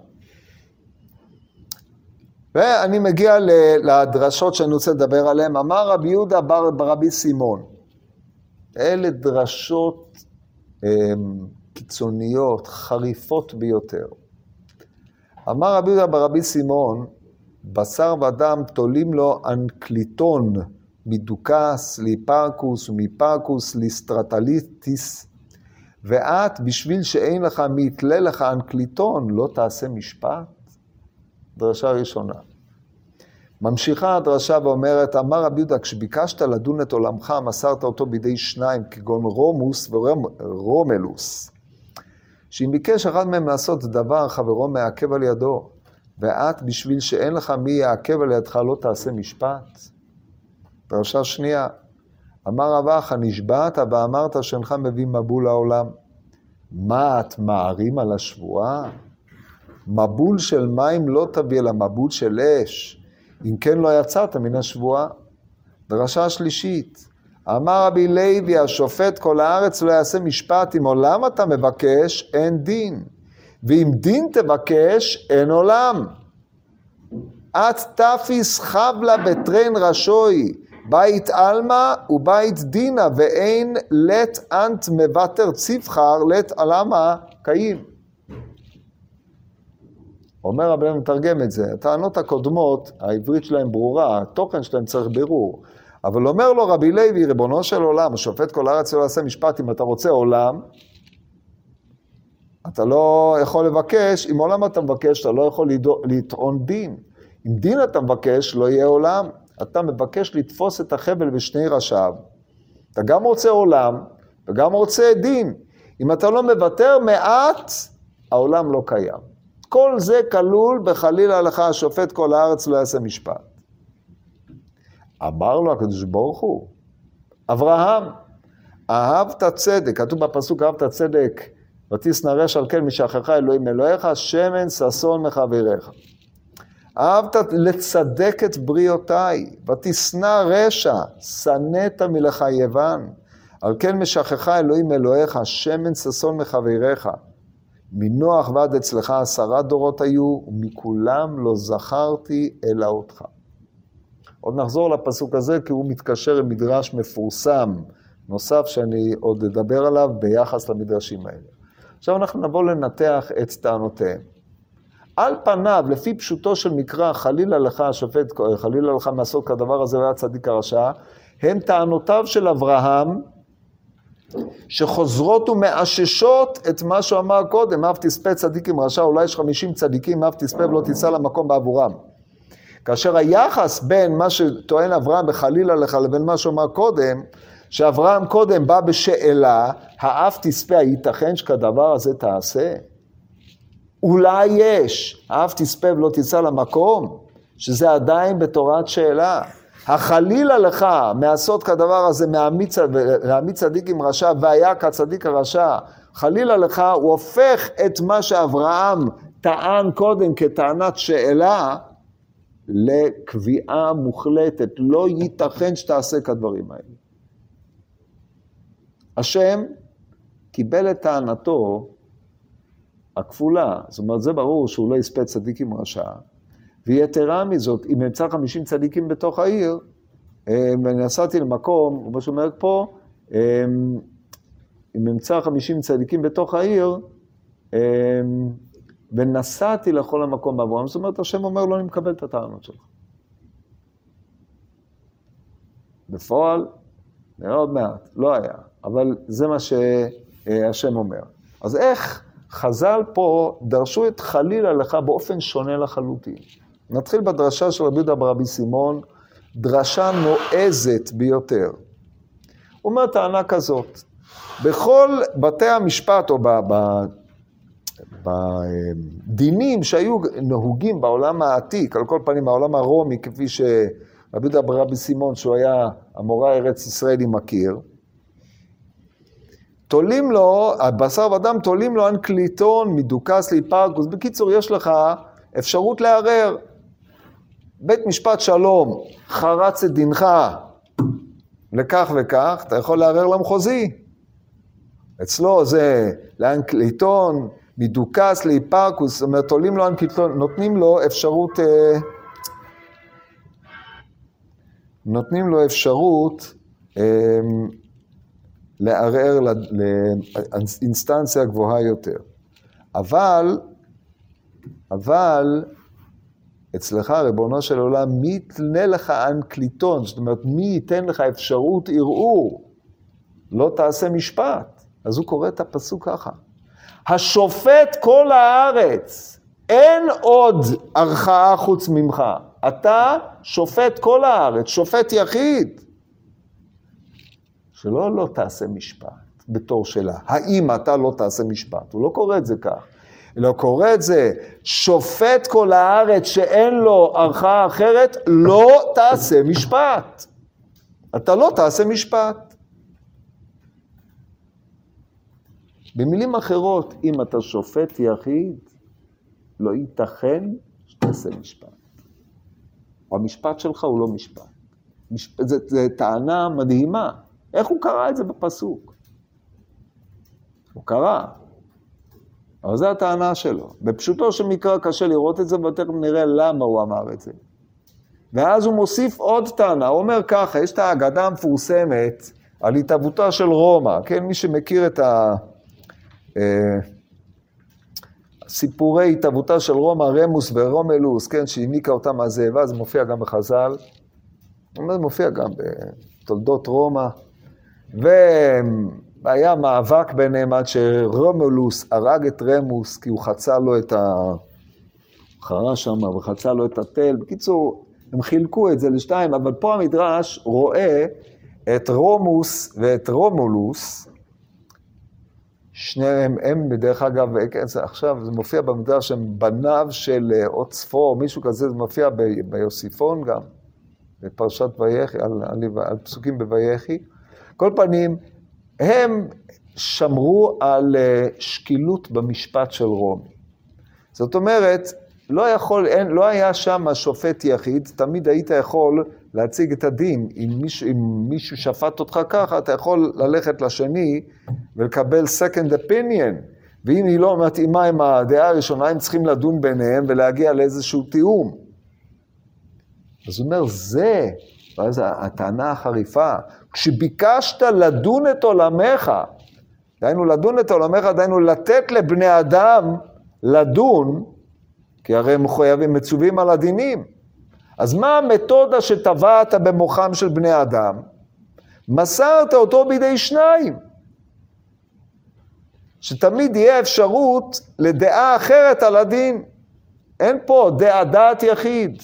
ואני מגיע לדרשות שאני רוצה לדבר עליהן. אמר רבי יהודה ברבי סימון, אלה דרשות קיצוניות, חריפות ביותר. אמר רבי יהודה ברבי סימון, בשר ודם תולים לו אנקליטון, מדוקס להיפרקוס ומפרקוס לסטרטליטיס, ואת בשביל שאין לך מתלה לך אנקליטון, לא תעשה משפט? דרשה ראשונה. ממשיכה הדרשה ואומרת, אמר רבי יהודה, כשביקשת לדון את עולמך, מסרת אותו בידי שניים, כגון רומוס ורומלוס. שאם ביקש אחד מהם לעשות דבר, חברו מעכב על ידו, ואת בשביל שאין לך מי יעכב על ידך, לא תעשה משפט. דרשה שנייה, אמר רבך, נשבעת ואמרת שאינך מביא מבול לעולם. מה את מערים על השבועה? מבול של מים לא תביא, אלא מבול של אש. אם כן לא יצאת מן השבועה. דרשה שלישית, אמר רבי לוי, השופט כל הארץ לא יעשה משפט, אם עולם אתה מבקש, אין דין. ואם דין תבקש, אין עולם. את תפיס חבלה בטרן רשוי, בית אלמה ובית דינה, ואין לת אנט מבטר צבחר, לת עלמה קיים. אומר רבי לוי, מתרגם את זה, הטענות הקודמות, העברית שלהם ברורה, התוכן שלהם צריך בירור. אבל אומר לו רבי לוי, ריבונו של עולם, השופט כל הארץ לא יעשה משפט, אם אתה רוצה עולם, אתה לא יכול לבקש, אם עולם אתה מבקש, אתה לא יכול לטעון דין. אם דין אתה מבקש, לא יהיה עולם. אתה מבקש לתפוס את החבל בשני ראשיו. אתה גם רוצה עולם, וגם רוצה דין. אם אתה לא מוותר מעט, העולם לא קיים. כל זה כלול בחלילה לך, השופט כל הארץ לא יעשה משפט. אמר לו הקדוש ברוך הוא, אברהם, אהבת צדק, כתוב בפסוק אהבת צדק, ותשנא רשע על כן משכחך אלוהים אלוהיך, שמן ששון מחבריך. אהבת לצדק את בריאותיי, ותשנא רשע, שנאת מלחייבן, על כן משכחך אלוהים אלוהיך, שמן ששון מחבריך. מנוח ועד אצלך 10 דורות היו, ומכולם לא זכרתי אלא אותך. עוד נחזור לפסוק הזה, כי הוא מתקשר עם מדרש מפורסם, נוסף שאני עוד אדבר עליו ביחס למדרשים האלה. עכשיו אנחנו נבוא לנתח את טענותיהם. על פניו, לפי פשוטו של מקרא, חלילה לך השופט, חלילה לך מעשות כדבר הזה והיה צדיק הרשע, הם טענותיו של אברהם, שחוזרות ומאששות את מה שהוא אמר קודם, אף תספה צדיק עם רשע, אולי יש 50 צדיקים, אף תספה ולא תיסע למקום בעבורם. כאשר היחס בין מה שטוען אברהם בחלילה לך לבין מה שהוא אמר קודם, שאברהם קודם בא בשאלה, האף תספה, ייתכן שכדבר הזה תעשה? אולי יש, האף תספה ולא תיסע למקום, שזה עדיין בתורת שאלה. החלילה לך מעשות כדבר הזה, להעמיד צדיק עם רשע, והיה כצדיק הרשע, חלילה לך, הוא הופך את מה שאברהם טען קודם כטענת שאלה, לקביעה מוחלטת, לא ייתכן שתעשה כדברים האלה. השם קיבל את טענתו הכפולה, זאת אומרת זה ברור שהוא לא יספה צדיק עם רשע, ויתרה מזאת, אם ימצא 50 צדיקים בתוך העיר, ונסעתי למקום, הוא אומר פה, אם אמצא 50 צדיקים בתוך העיר, ונסעתי לכל המקום בעבורם, זאת אומרת, השם אומר, לא, אני מקבל את הטענות שלך. בפועל, נראה עוד מעט, לא היה, אבל זה מה שהשם אומר. אז איך חז"ל פה דרשו את חלילה לך באופן שונה לחלוטין? נתחיל בדרשה של רבי יהודה ברבי סימון, דרשה נועזת ביותר. הוא אומר טענה כזאת, בכל בתי המשפט או בדינים שהיו נהוגים בעולם העתיק, על כל פנים העולם הרומי, כפי שרבי יהודה ברבי סימון, שהוא היה המורה ארץ ישראלי מכיר, תולים לו, הבשר ודם תולים לו אנקליטון מדוכס להיפרקוס. בקיצור, יש לך אפשרות לערער. בית משפט שלום חרץ את דינך לכך וכך, אתה יכול לערער למחוזי. אצלו זה לאנקליטון מדוכס להיפרקוס, זאת אומרת, תולים לו אנקליטון, נותנים לו אפשרות לערער לאינסטנציה גבוהה יותר. אבל אצלך, ריבונו של עולם, מי יתנה לך אנקליטון? זאת אומרת, מי ייתן לך אפשרות ערעור? לא תעשה משפט. אז הוא קורא את הפסוק ככה. השופט כל הארץ, אין עוד ערכאה חוץ ממך. אתה שופט כל הארץ, שופט יחיד. שלא לא תעשה משפט בתור שלה. האם אתה לא תעשה משפט? הוא לא קורא את זה כך. לא קורא את זה, שופט כל הארץ שאין לו ערכאה אחרת, לא תעשה משפט. אתה לא תעשה משפט. במילים אחרות, אם אתה שופט יחיד, לא ייתכן שתעשה משפט. המשפט שלך הוא לא משפט. זה טענה מדהימה. איך הוא קרא את זה בפסוק? הוא קרא. אבל זו הטענה שלו. בפשוטו של מקרא קשה לראות את זה, ותכף נראה למה הוא אמר את זה. ואז הוא מוסיף עוד טענה, הוא אומר ככה, יש את האגדה המפורסמת על התהוותה של רומא, כן? מי שמכיר את סיפורי התהוותה של רומא, רמוס ורומלוס, כן? שהעניקה אותם מהזאבה, זה מופיע גם בחז"ל, זה מופיע גם בתולדות רומא, והיה מאבק ביניהם עד שרומולוס הרג את רמוס, כי הוא חצה לו את חרש שם וחצה לו את התל. בקיצור, הם חילקו את זה לשתיים, אבל פה המדרש רואה את רומוס ואת רומולוס, שניהם הם בדרך אגב, עכשיו זה מופיע במדרש שהם בניו של עוצפו, מישהו כזה, זה מופיע ביוסיפון גם, בפרשת ויחי, על פסוקים בויחי. כל פנים, הם שמרו על שקילות במשפט של רומי. זאת אומרת, לא היה שם שופט יחיד, תמיד היית יכול להציג את הדין. אם מישהו שפט אותך ככה, אתה יכול ללכת לשני ולקבל second opinion, ואם היא לא מתאימה עם הדעה הראשונה, הם צריכים לדון ביניהם ולהגיע לאיזשהו תיאום. אז הוא אומר, זה, ואז הטענה החריפה, כשביקשת לדון את עולמך, דיינו לדון את עולמך, דיינו לתת לבני אדם לדון, כי הרי הם מחויבים מצווים על הדינים. אז מה המתודה שטבעת במוחם של בני אדם? מסרת אותו בידי שניים. שתמיד יהיה אפשרות לדעה אחרת על הדין. אין פה דעת יחיד.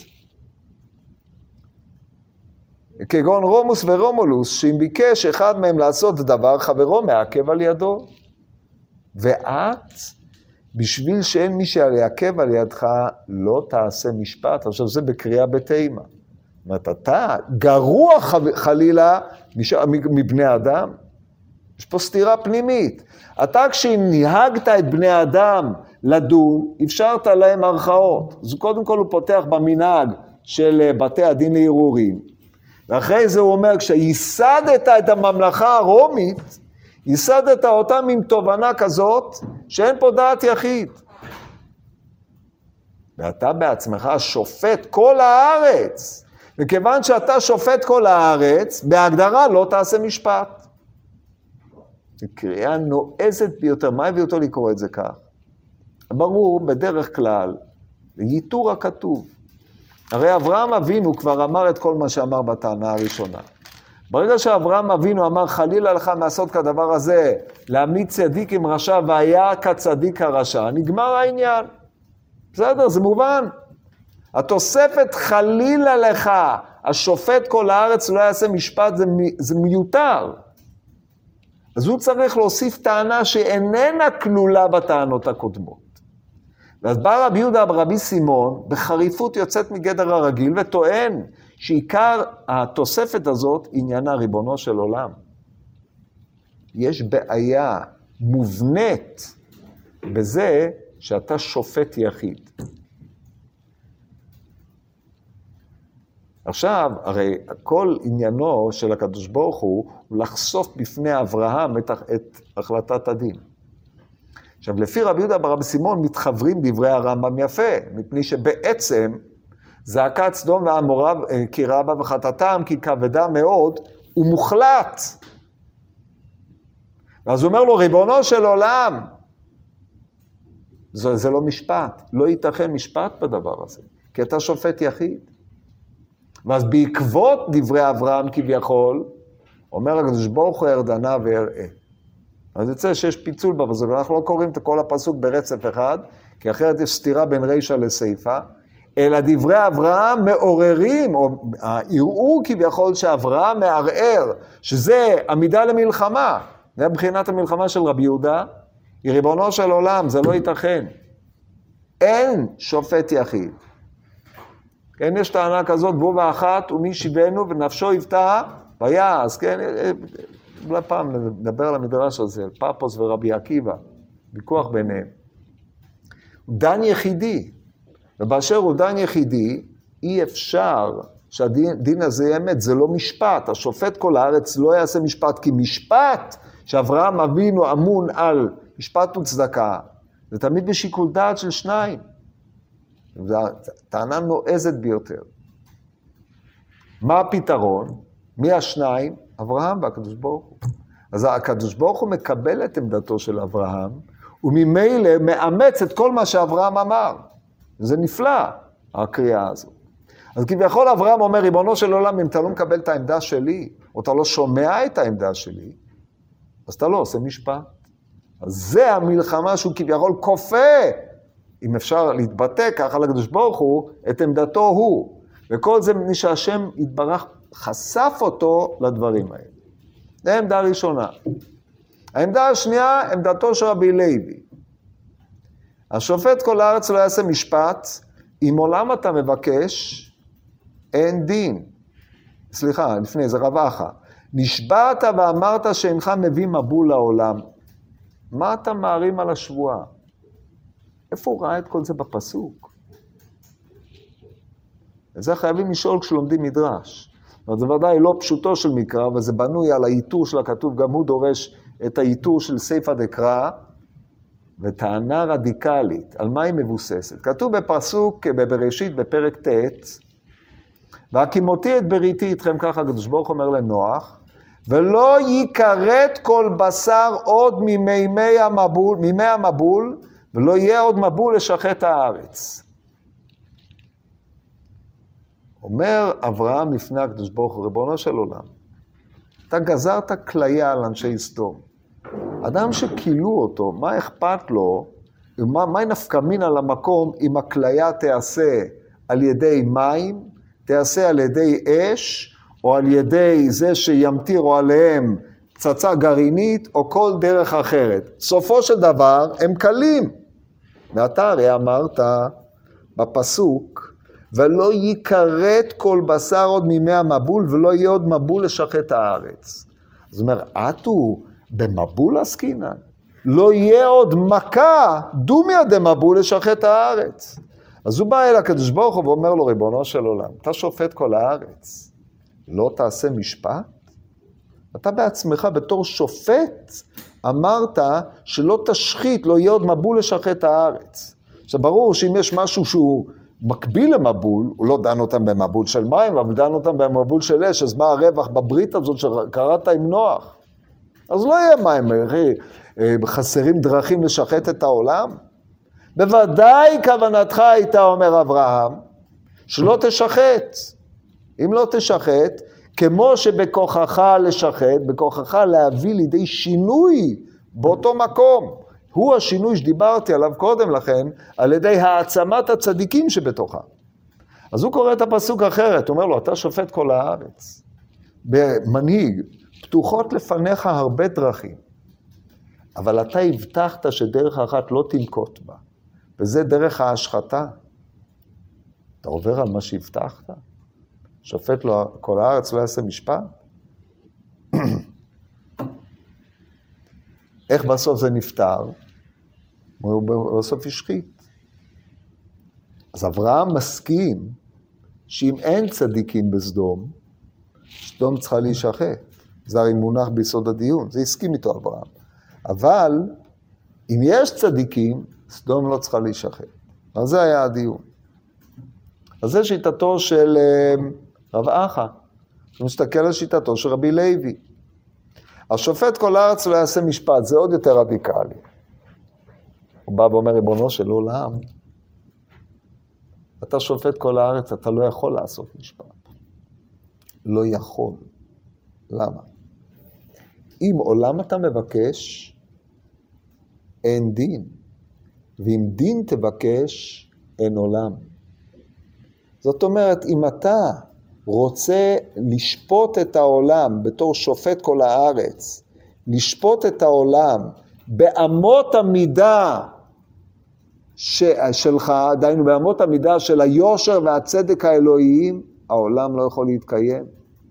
כגון רומוס ורומולוס, שאם ביקש אחד מהם לעשות דבר, חברו מעכב על ידו. ואת, בשביל שאין מי שיעכב על ידך, לא תעשה משפט. עכשיו זה בקריאה בתימה. זאת אומרת, אתה גרוע חלילה מבני אדם. יש פה סתירה פנימית. אתה כשנהגת את בני אדם לדון, אפשרת להם ערכאות. אז קודם כל הוא פותח במנהג של בתי הדין לערעורים. ואחרי זה הוא אומר, כשייסדת את הממלכה הרומית, ייסדת אותם עם תובנה כזאת, שאין פה דעת יחיד. ואתה בעצמך שופט כל הארץ, וכיוון שאתה שופט כל הארץ, בהגדרה לא תעשה משפט. זו קריאה נועזת ביותר. מה הביא אותו לקרוא את זה כך? ברור, בדרך כלל, ייתור הכתוב. הרי אברהם אבינו כבר אמר את כל מה שאמר בטענה הראשונה. ברגע שאברהם אבינו אמר, חלילה לך מעשות כדבר הזה, להעמיד צדיק עם רשע, והיה כצדיק הרשע, נגמר העניין. בסדר, זה מובן. התוספת חלילה לך, השופט כל הארץ לא יעשה משפט, זה מיותר. אז הוא צריך להוסיף טענה שאיננה כלולה בטענות הקודמות. ואז בא רבי יהודה ברבי סימון, בחריפות יוצאת מגדר הרגיל, וטוען שעיקר התוספת הזאת עניינה ריבונו של עולם. יש בעיה מובנית בזה שאתה שופט יחיד. עכשיו, הרי כל עניינו של הקדוש ברוך הוא לחשוף בפני אברהם את החלטת הדין. עכשיו, לפי רבי יהודה ברבי סימון מתחברים דברי הרמב"ם יפה, מפני שבעצם זעקת סדום ועמורה כי רבה וחטאתם, כי כבדה מאוד, הוא מוחלט. ואז הוא אומר לו, ריבונו של עולם, זה לא משפט, לא ייתכן משפט בדבר הזה, כי אתה שופט יחיד. ואז בעקבות דברי אברהם כביכול, אומר הקדוש ברוך הוא ירדנה ויראה. אז יוצא שיש פיצול בפסוק, אנחנו לא קוראים את כל הפסוק ברצף אחד, כי אחרת יש סתירה בין רישא לסיפא, אלא דברי אברהם מעוררים, או הערעור כביכול שאברהם מערער, שזה עמידה למלחמה, זה בחינת המלחמה של רבי יהודה, היא ריבונו של עולם, זה לא ייתכן. אין שופט יחיד. כן, יש טענה כזאת, בו ואחת, ומי שיבנו ונפשו יבטא ויעש, כן, אולי פעם נדבר על המדרש הזה, פפוס ורבי עקיבא, ויכוח ביניהם. הוא דן יחידי, ובאשר הוא דן יחידי, אי אפשר שהדין הזה יהיה אמת, זה לא משפט, השופט כל הארץ לא יעשה משפט, כי משפט שאברהם אבינו אמון על משפט וצדקה, זה תמיד בשיקול דעת של שניים. זו טענה נועזת ביותר. מה הפתרון? מי השניים? אברהם והקדוש ברוך הוא. אז הקדוש ברוך הוא מקבל את עמדתו של אברהם, וממילא מאמץ את כל מה שאברהם אמר. זה נפלא, הקריאה הזו. אז כביכול אברהם אומר, ריבונו של עולם, אם אתה לא מקבל את העמדה שלי, או אתה לא שומע את העמדה שלי, אז אתה לא עושה משפט. אז זה המלחמה שהוא כביכול כופה, אם אפשר להתבטא ככה לקדוש ברוך הוא, את עמדתו הוא. וכל זה מפני שהשם יתברך חשף אותו לדברים האלה. זו העמדה הראשונה. העמדה השנייה, עמדתו של רבי לוי. השופט כל הארץ לא יעשה משפט, אם עולם אתה מבקש, אין דין. סליחה, לפני זה רבחה. נשבעת ואמרת שאינך מביא מבול לעולם. מה אתה מערים על השבועה? איפה הוא ראה את כל זה בפסוק? וזה חייבים לשאול כשלומדים מדרש. זה ודאי לא פשוטו של מקרא, וזה בנוי על האיתור של הכתוב, גם הוא דורש את האיתור של סייפא דקרא, וטענה רדיקלית. על מה היא מבוססת? כתוב בפסוק בבראשית בפרק ט', והקימותי את בריתי איתכם, ככה הקדוש ברוך אומר לנוח, ולא ייכרת כל בשר עוד מימי המבול, ולא יהיה עוד מבול לשחט הארץ. אומר אברהם לפני הקדוש ברוך הוא, ריבונו של עולם, אתה גזרת כליה על אנשי סדום. אדם שכילו אותו, מה אכפת לו, מה נפקא מינה למקום אם הכליה תעשה על ידי מים, תעשה על ידי אש, או על ידי זה שימטירו עליהם פצצה גרעינית, או כל דרך אחרת. סופו של דבר הם קלים. ואתה הרי אמרת בפסוק, ולא ייכרת כל בשר עוד מימי המבול, ולא יהיה עוד מבול לשחט הארץ. זאת אומרת, עטו במבול עסקינן, לא יהיה עוד מכה, דומיה דמבול לשחט הארץ. אז הוא בא אל הקדוש ברוך הוא ואומר לו, ריבונו של עולם, אתה שופט כל הארץ, לא תעשה משפט? אתה בעצמך בתור שופט אמרת שלא תשחית, לא יהיה עוד מבול לשחט הארץ. עכשיו ברור שאם יש משהו שהוא מקביל למבול, הוא לא דן אותם במבול של מים, אבל דן אותם במבול של אש, אז מה הרווח בברית הזאת שקראת עם נוח? אז לא יהיה מים, חסרים דרכים לשחט את העולם? בוודאי כוונתך הייתה, אומר אברהם, שלא תשחט. אם לא תשחט, כמו שבכוחך לשחט, בכוחך להביא לידי שינוי באותו מקום. הוא השינוי שדיברתי עליו קודם לכן, על ידי העצמת הצדיקים שבתוכה. אז הוא קורא את הפסוק אחרת, הוא אומר לו, אתה שופט כל הארץ. במנהיג, פתוחות לפניך הרבה דרכים, אבל אתה הבטחת שדרך אחת לא תנקוט בה, וזה דרך ההשחתה. אתה עובר על מה שהבטחת? שופט לו כל הארץ לא יעשה משפט? איך בסוף זה נפטר? הוא בסוף השחית. אז אברהם מסכים שאם אין צדיקים בסדום, סדום צריכה להישחט. זה הרי מונח ביסוד הדיון, זה הסכים איתו אברהם. אבל אם יש צדיקים, סדום לא צריכה להישחט. אז זה היה הדיון. אז זה שיטתו של רב אחא. הוא מסתכל על שיטתו של רבי לוי. השופט כל הארץ לא יעשה משפט, זה עוד יותר רדיקלי. הוא בא ואומר, ריבונו של עולם, אתה שופט כל הארץ, אתה לא יכול לעשות משפט. לא יכול. למה? אם עולם אתה מבקש, אין דין. ואם דין תבקש, אין עולם. זאת אומרת, אם אתה רוצה לשפוט את העולם בתור שופט כל הארץ, לשפוט את העולם באמות המידה שלך, דיינו באמות המידה של היושר והצדק האלוהיים, העולם לא יכול להתקיים.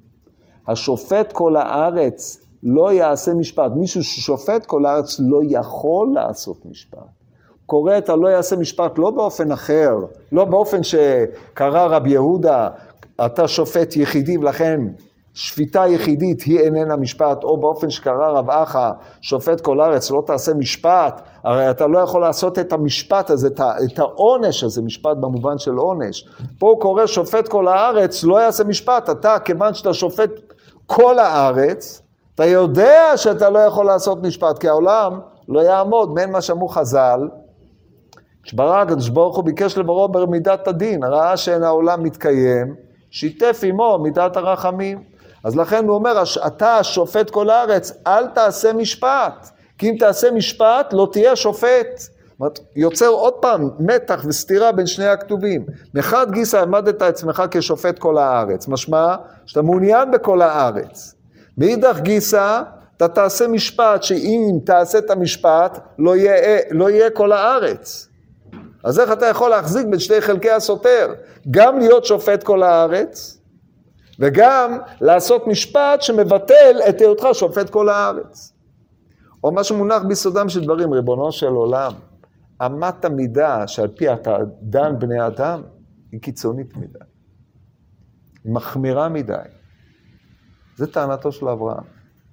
השופט כל הארץ לא יעשה משפט. מישהו ששופט כל הארץ לא יכול לעשות משפט. קורא את הלא יעשה משפט לא באופן אחר, לא באופן שקרא רב יהודה, אתה שופט יחידי ולכן שפיטה יחידית היא איננה משפט, או באופן שקרא רב אחא, שופט כל הארץ לא תעשה משפט, הרי אתה לא יכול לעשות את המשפט הזה, את העונש הזה, משפט במובן של עונש. פה הוא קורא שופט כל הארץ לא יעשה משפט, אתה כיוון שאתה שופט כל הארץ, אתה יודע שאתה לא יכול לעשות משפט, כי העולם לא יעמוד, בין מה שאמרו חז"ל, כשברא הקדוש ברוך הוא ביקש לברו במידת הדין, ראה שאין העולם מתקיים, שיתף עמו מידת הרחמים. אז לכן הוא אומר, אתה שופט כל הארץ, אל תעשה משפט, כי אם תעשה משפט לא תהיה שופט. יוצר עוד פעם מתח וסתירה בין שני הכתובים. מחד גיסא עמדת עצמך כשופט כל הארץ, משמע שאתה מעוניין בכל הארץ. מאידך גיסא, אתה תעשה משפט שאם תעשה את המשפט לא יהיה כל הארץ. אז איך אתה יכול להחזיק בין שני חלקי הסותר? גם להיות שופט כל הארץ, וגם לעשות משפט שמבטל את היותך שופט כל הארץ. או מה שמונח ביסודם של דברים, ריבונו של עולם, אמת המידה שעל פי אתה דן בני אדם, היא קיצונית מדי. היא מחמירה מדי. זה טענתו של אברהם.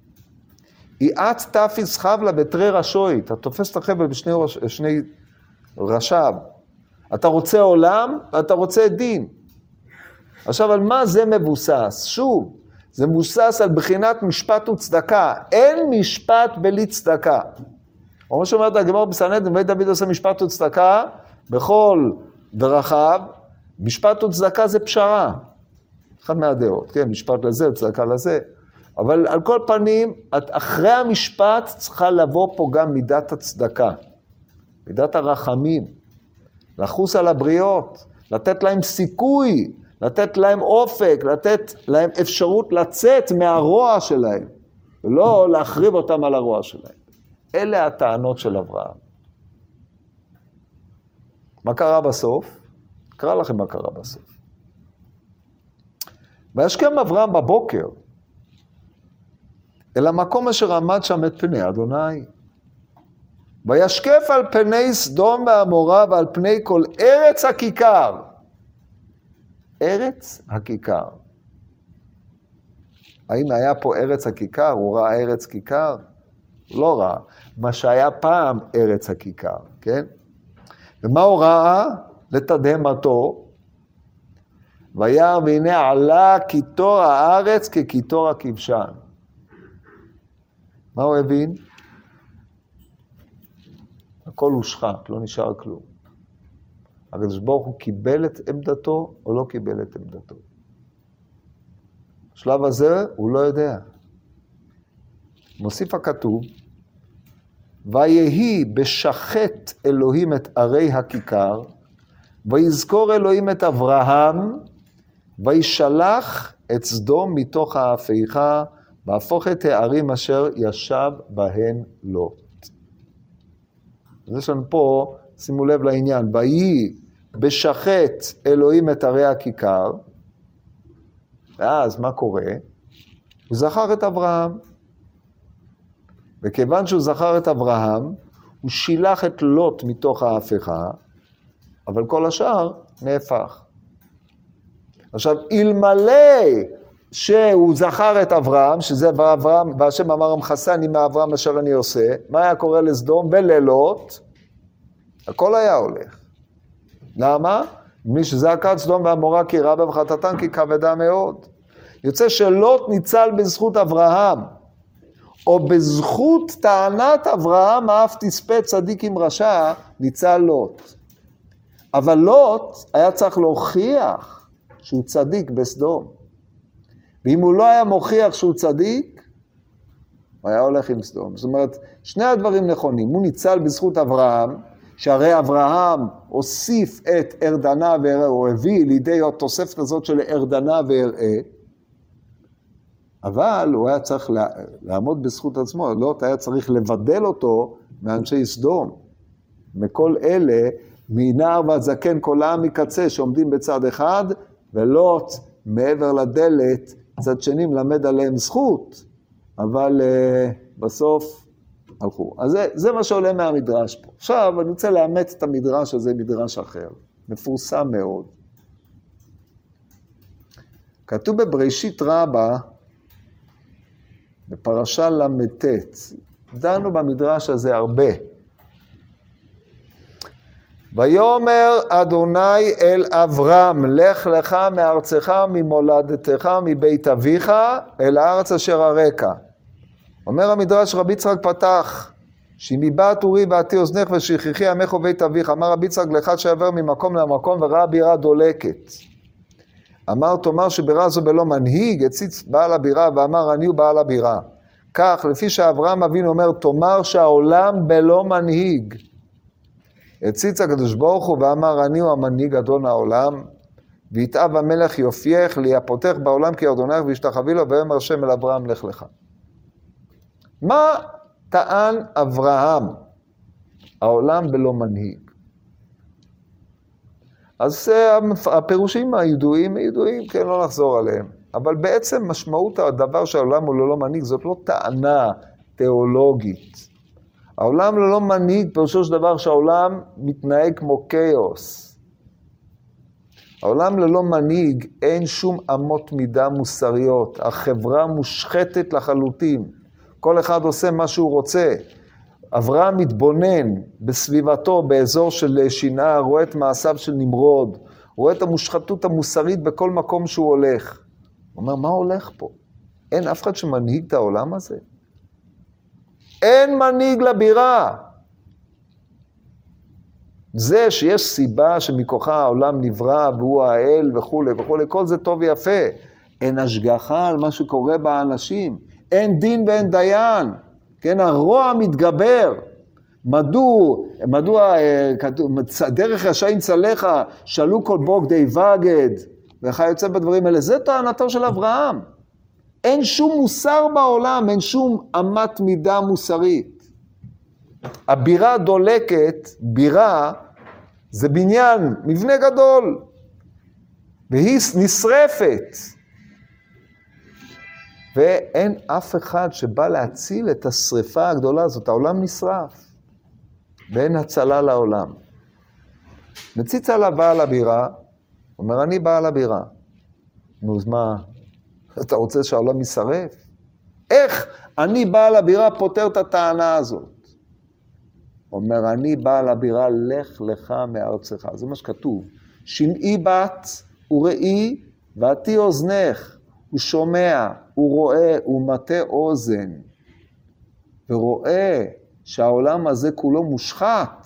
איעת תפיס חבלה בתרי רשוי, אתה תופס את החבל בשני רשב. אתה רוצה עולם ואתה רוצה דין. עכשיו, על מה זה מבוסס? שוב, זה מבוסס על בחינת משפט וצדקה. אין משפט בלי צדקה. או מה שאומרת הגמרא בסנהדרין, בית דוד עושה משפט וצדקה בכל דרכיו. משפט וצדקה זה פשרה. אחד מהדעות, כן, משפט לזה, צדקה לזה. אבל על כל פנים, אחרי המשפט צריכה לבוא פה גם מידת הצדקה. מידת הרחמים. לחוס על הבריות. לתת להם סיכוי. לתת להם אופק. לתת להם אפשרות לצאת מהרוע שלהם. ולא להחריב אותם על הרוע שלהם. אלה הטענות של אברהם. מה קרה בסוף? קרא לכם מה קרה בסוף. וישכם אברהם בבוקר, אל המקום אשר עמד שם את פני אדוני. וישקף על פני סדום ועמורה ועל פני כל ארץ הכיכר. ארץ הכיכר. האם היה פה ארץ הכיכר? הוא ראה ארץ כיכר? לא ראה. מה שהיה פעם ארץ הכיכר, כן? ומה הוא ראה? לתדהמתו, וירא והנה עלה קיטור הארץ כקיטור הכבשן. מה הוא הבין? הכל הושחק, לא נשאר כלום. הקדוש ברוך הוא קיבל את עמדתו או לא קיבל את עמדתו. בשלב הזה הוא לא יודע. מוסיף הכתוב, ויהי בשחט אלוהים את ערי הכיכר, ויזכור אלוהים את אברהם, וישלח את סדום מתוך ההפיכה, והפוך את הערים אשר ישב בהן לוט. אז יש לנו פה, שימו לב לעניין, ויהי בשחט אלוהים את ערי הכיכר, ואז מה קורה? הוא זכר את אברהם. וכיוון שהוא זכר את אברהם, הוא שילח את לוט מתוך ההפיכה, אבל כל השאר נהפך. עכשיו, אלמלא שהוא זכר את אברהם, שזה אברהם, והשם אמר המחסה אני מאברהם אשר אני עושה, מה היה קורה לסדום וללוט? הכל היה הולך. למה? מי שזעקת סדום ועמורה כי רבה וחטאתן כי כבדה מאוד. יוצא שלוט ניצל בזכות אברהם, או בזכות טענת אברהם, אף תספה צדיק עם רשע, ניצל לוט. אבל לוט היה צריך להוכיח שהוא צדיק בסדום. ואם הוא לא היה מוכיח שהוא צדיק, הוא היה הולך עם סדום. זאת אומרת, שני הדברים נכונים. הוא ניצל בזכות אברהם, שהרי אברהם הוסיף את ארדנה והראה, הוא הביא לידי התוספת הזאת של ארדנה והראה, אבל הוא היה צריך לעמוד בזכות עצמו, לוט היה צריך לבדל אותו מאנשי סדום. מכל אלה, מנער ועד זקן כל העם מקצה שעומדים בצד אחד, ולוט מעבר לדלת, צד שני מלמד עליהם זכות, אבל בסוף הלכו. אז זה מה שעולה מהמדרש פה. עכשיו אני רוצה לאמץ את המדרש הזה, מדרש אחר, מפורסם מאוד. כתוב בבראשית רבה, בפרשה למ"ט, דנו במדרש הזה הרבה. ויאמר אדוני אל אברהם, לך לך מארצך, ממולדתך, מבית אביך, אל הארץ אשר אראך. אומר המדרש רבי יצחק פתח, שמבעת אורי ועתי אוזנך ושכחי עמך ובית אביך. אמר רבי יצחק לאחד שעבר ממקום למקום וראה בירה דולקת. אמר תאמר שבירה זו בלא מנהיג, הציץ בעל הבירה ואמר אני הוא בעל הבירה. כך לפי שאברהם אבינו אומר תאמר שהעולם בלא מנהיג. הציץ הקדוש ברוך הוא ואמר אני הוא המנהיג אדון העולם, ויתאב המלך יופייך ליפותך בעולם כי אדונך וישתחווי לו ואומר השם אל אברהם לך לך. מה טען אברהם? העולם בלא מנהיג. אז הפירושים הידועים, כן לא נחזור עליהם. אבל בעצם משמעות הדבר שהעולם הוא לא מנהיג, זאת לא טענה תיאולוגית. העולם לא מנהיג, פירושו של דבר שהעולם מתנהג כמו כאוס. העולם ללא מנהיג אין שום אמות מידה מוסריות. החברה מושחתת לחלוטין. כל אחד עושה מה שהוא רוצה. אברהם מתבונן בסביבתו, באזור של שנאה, רואה את מעשיו של נמרוד, רואה את המושחתות המוסרית בכל מקום שהוא הולך. הוא אומר, מה הולך פה? אין אף אחד שמנהיג את העולם הזה. אין מנהיג לבירה. זה שיש סיבה שמכוחה העולם נברא והוא האל וכו' וכו', כל זה טוב ויפה. אין השגחה על מה שקורה באנשים. אין דין ואין דיין. כן, הרוע מתגבר. מדוע דרך רשעים צלך, שאלו כל בוג די וגד, וכיוצא בדברים האלה. זה טענתו של אברהם. אין שום מוסר בעולם, אין שום אמת מידה מוסרית. הבירה דולקת, בירה, זה בניין, מבנה גדול, והיא נשרפת. ואין אף אחד שבא להציל את השריפה הגדולה הזאת, העולם נשרף, ואין הצלה לעולם. מציץ עליו בעל הבירה, אומר, אני בעל הבירה. נו, אז מה, אתה רוצה שהעולם יישרף? איך אני בעל הבירה פותר את הטענה הזאת? אומר, אני בעל הבירה, לך לך מארצך. זה מה שכתוב. שמעי בת הוא ראי, ועתי אוזנך, הוא שומע, הוא רואה, הוא מטה אוזן, ורואה שהעולם הזה כולו מושחת.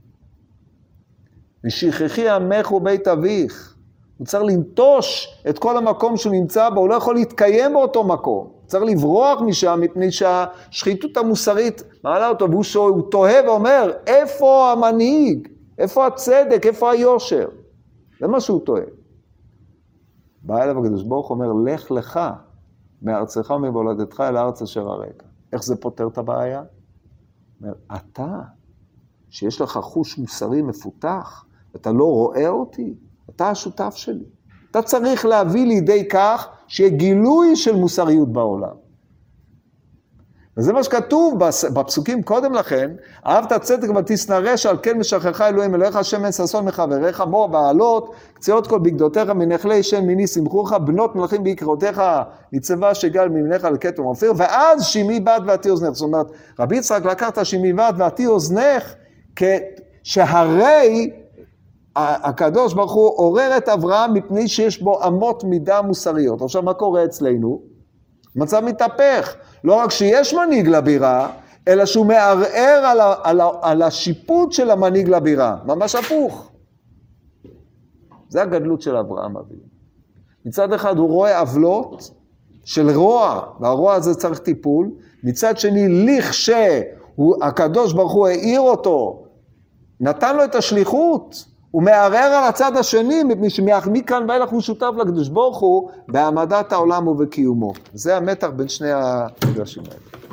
ושכחי עמך ובית אביך, הוא צריך לנטוש את כל המקום שהוא נמצא בו, הוא לא יכול להתקיים באותו מקום, צריך לברוח משם, מפני שהשחיתות המוסרית מעלה אותו, והוא תוהה ואומר, איפה המנהיג? איפה הצדק? איפה היושר? זה מה שהוא תוהה. בא אליו הקדוש ברוך הוא אומר, לך לך מארצך וממולדתך אל הארץ אשר אראך. איך זה פותר את הבעיה? אומר, אתה, שיש לך חוש מוסרי מפותח, אתה לא רואה אותי, אתה השותף שלי. אתה צריך להביא לידי כך שיהיה גילוי של מוסריות בעולם. וזה מה שכתוב בפסוקים קודם לכן, אהבת צדק ותשנא רשע, על כן משכחך אלוהים אלוהיך, השם אין ששון מחבריך, מור בעלות, קציעות כל בגדותיך, מנחלי שן מיני שמחוך, בנות מלכים ביקרותיך, ניצבה שגל ממנך על כתר אופיר, ואז שמעי בת ועתי אוזנך. זאת אומרת, רבי יצחק לקח את שמעי בת ועתי אוזנך, שהרי הקדוש ברוך הוא עורר את אברהם מפני שיש בו אמות מידה מוסריות. עכשיו מה קורה אצלנו? מצב מתהפך. לא רק שיש מנהיג לבירה, אלא שהוא מערער על השיפוט של המנהיג לבירה. ממש הפוך. זה הגדלות של אברהם אבינו. מצד אחד הוא רואה עוולות של רוע, והרוע הזה צריך טיפול. מצד שני, הקדוש ברוך הוא העיר אותו, נתן לו את השליחות, הוא מערער על הצד השני, מפני שמכאן ואילך הוא שותף לקדוש ברוך הוא, בהעמדת העולם ובקיומו. זה המתח בין שני המדרשים האלה.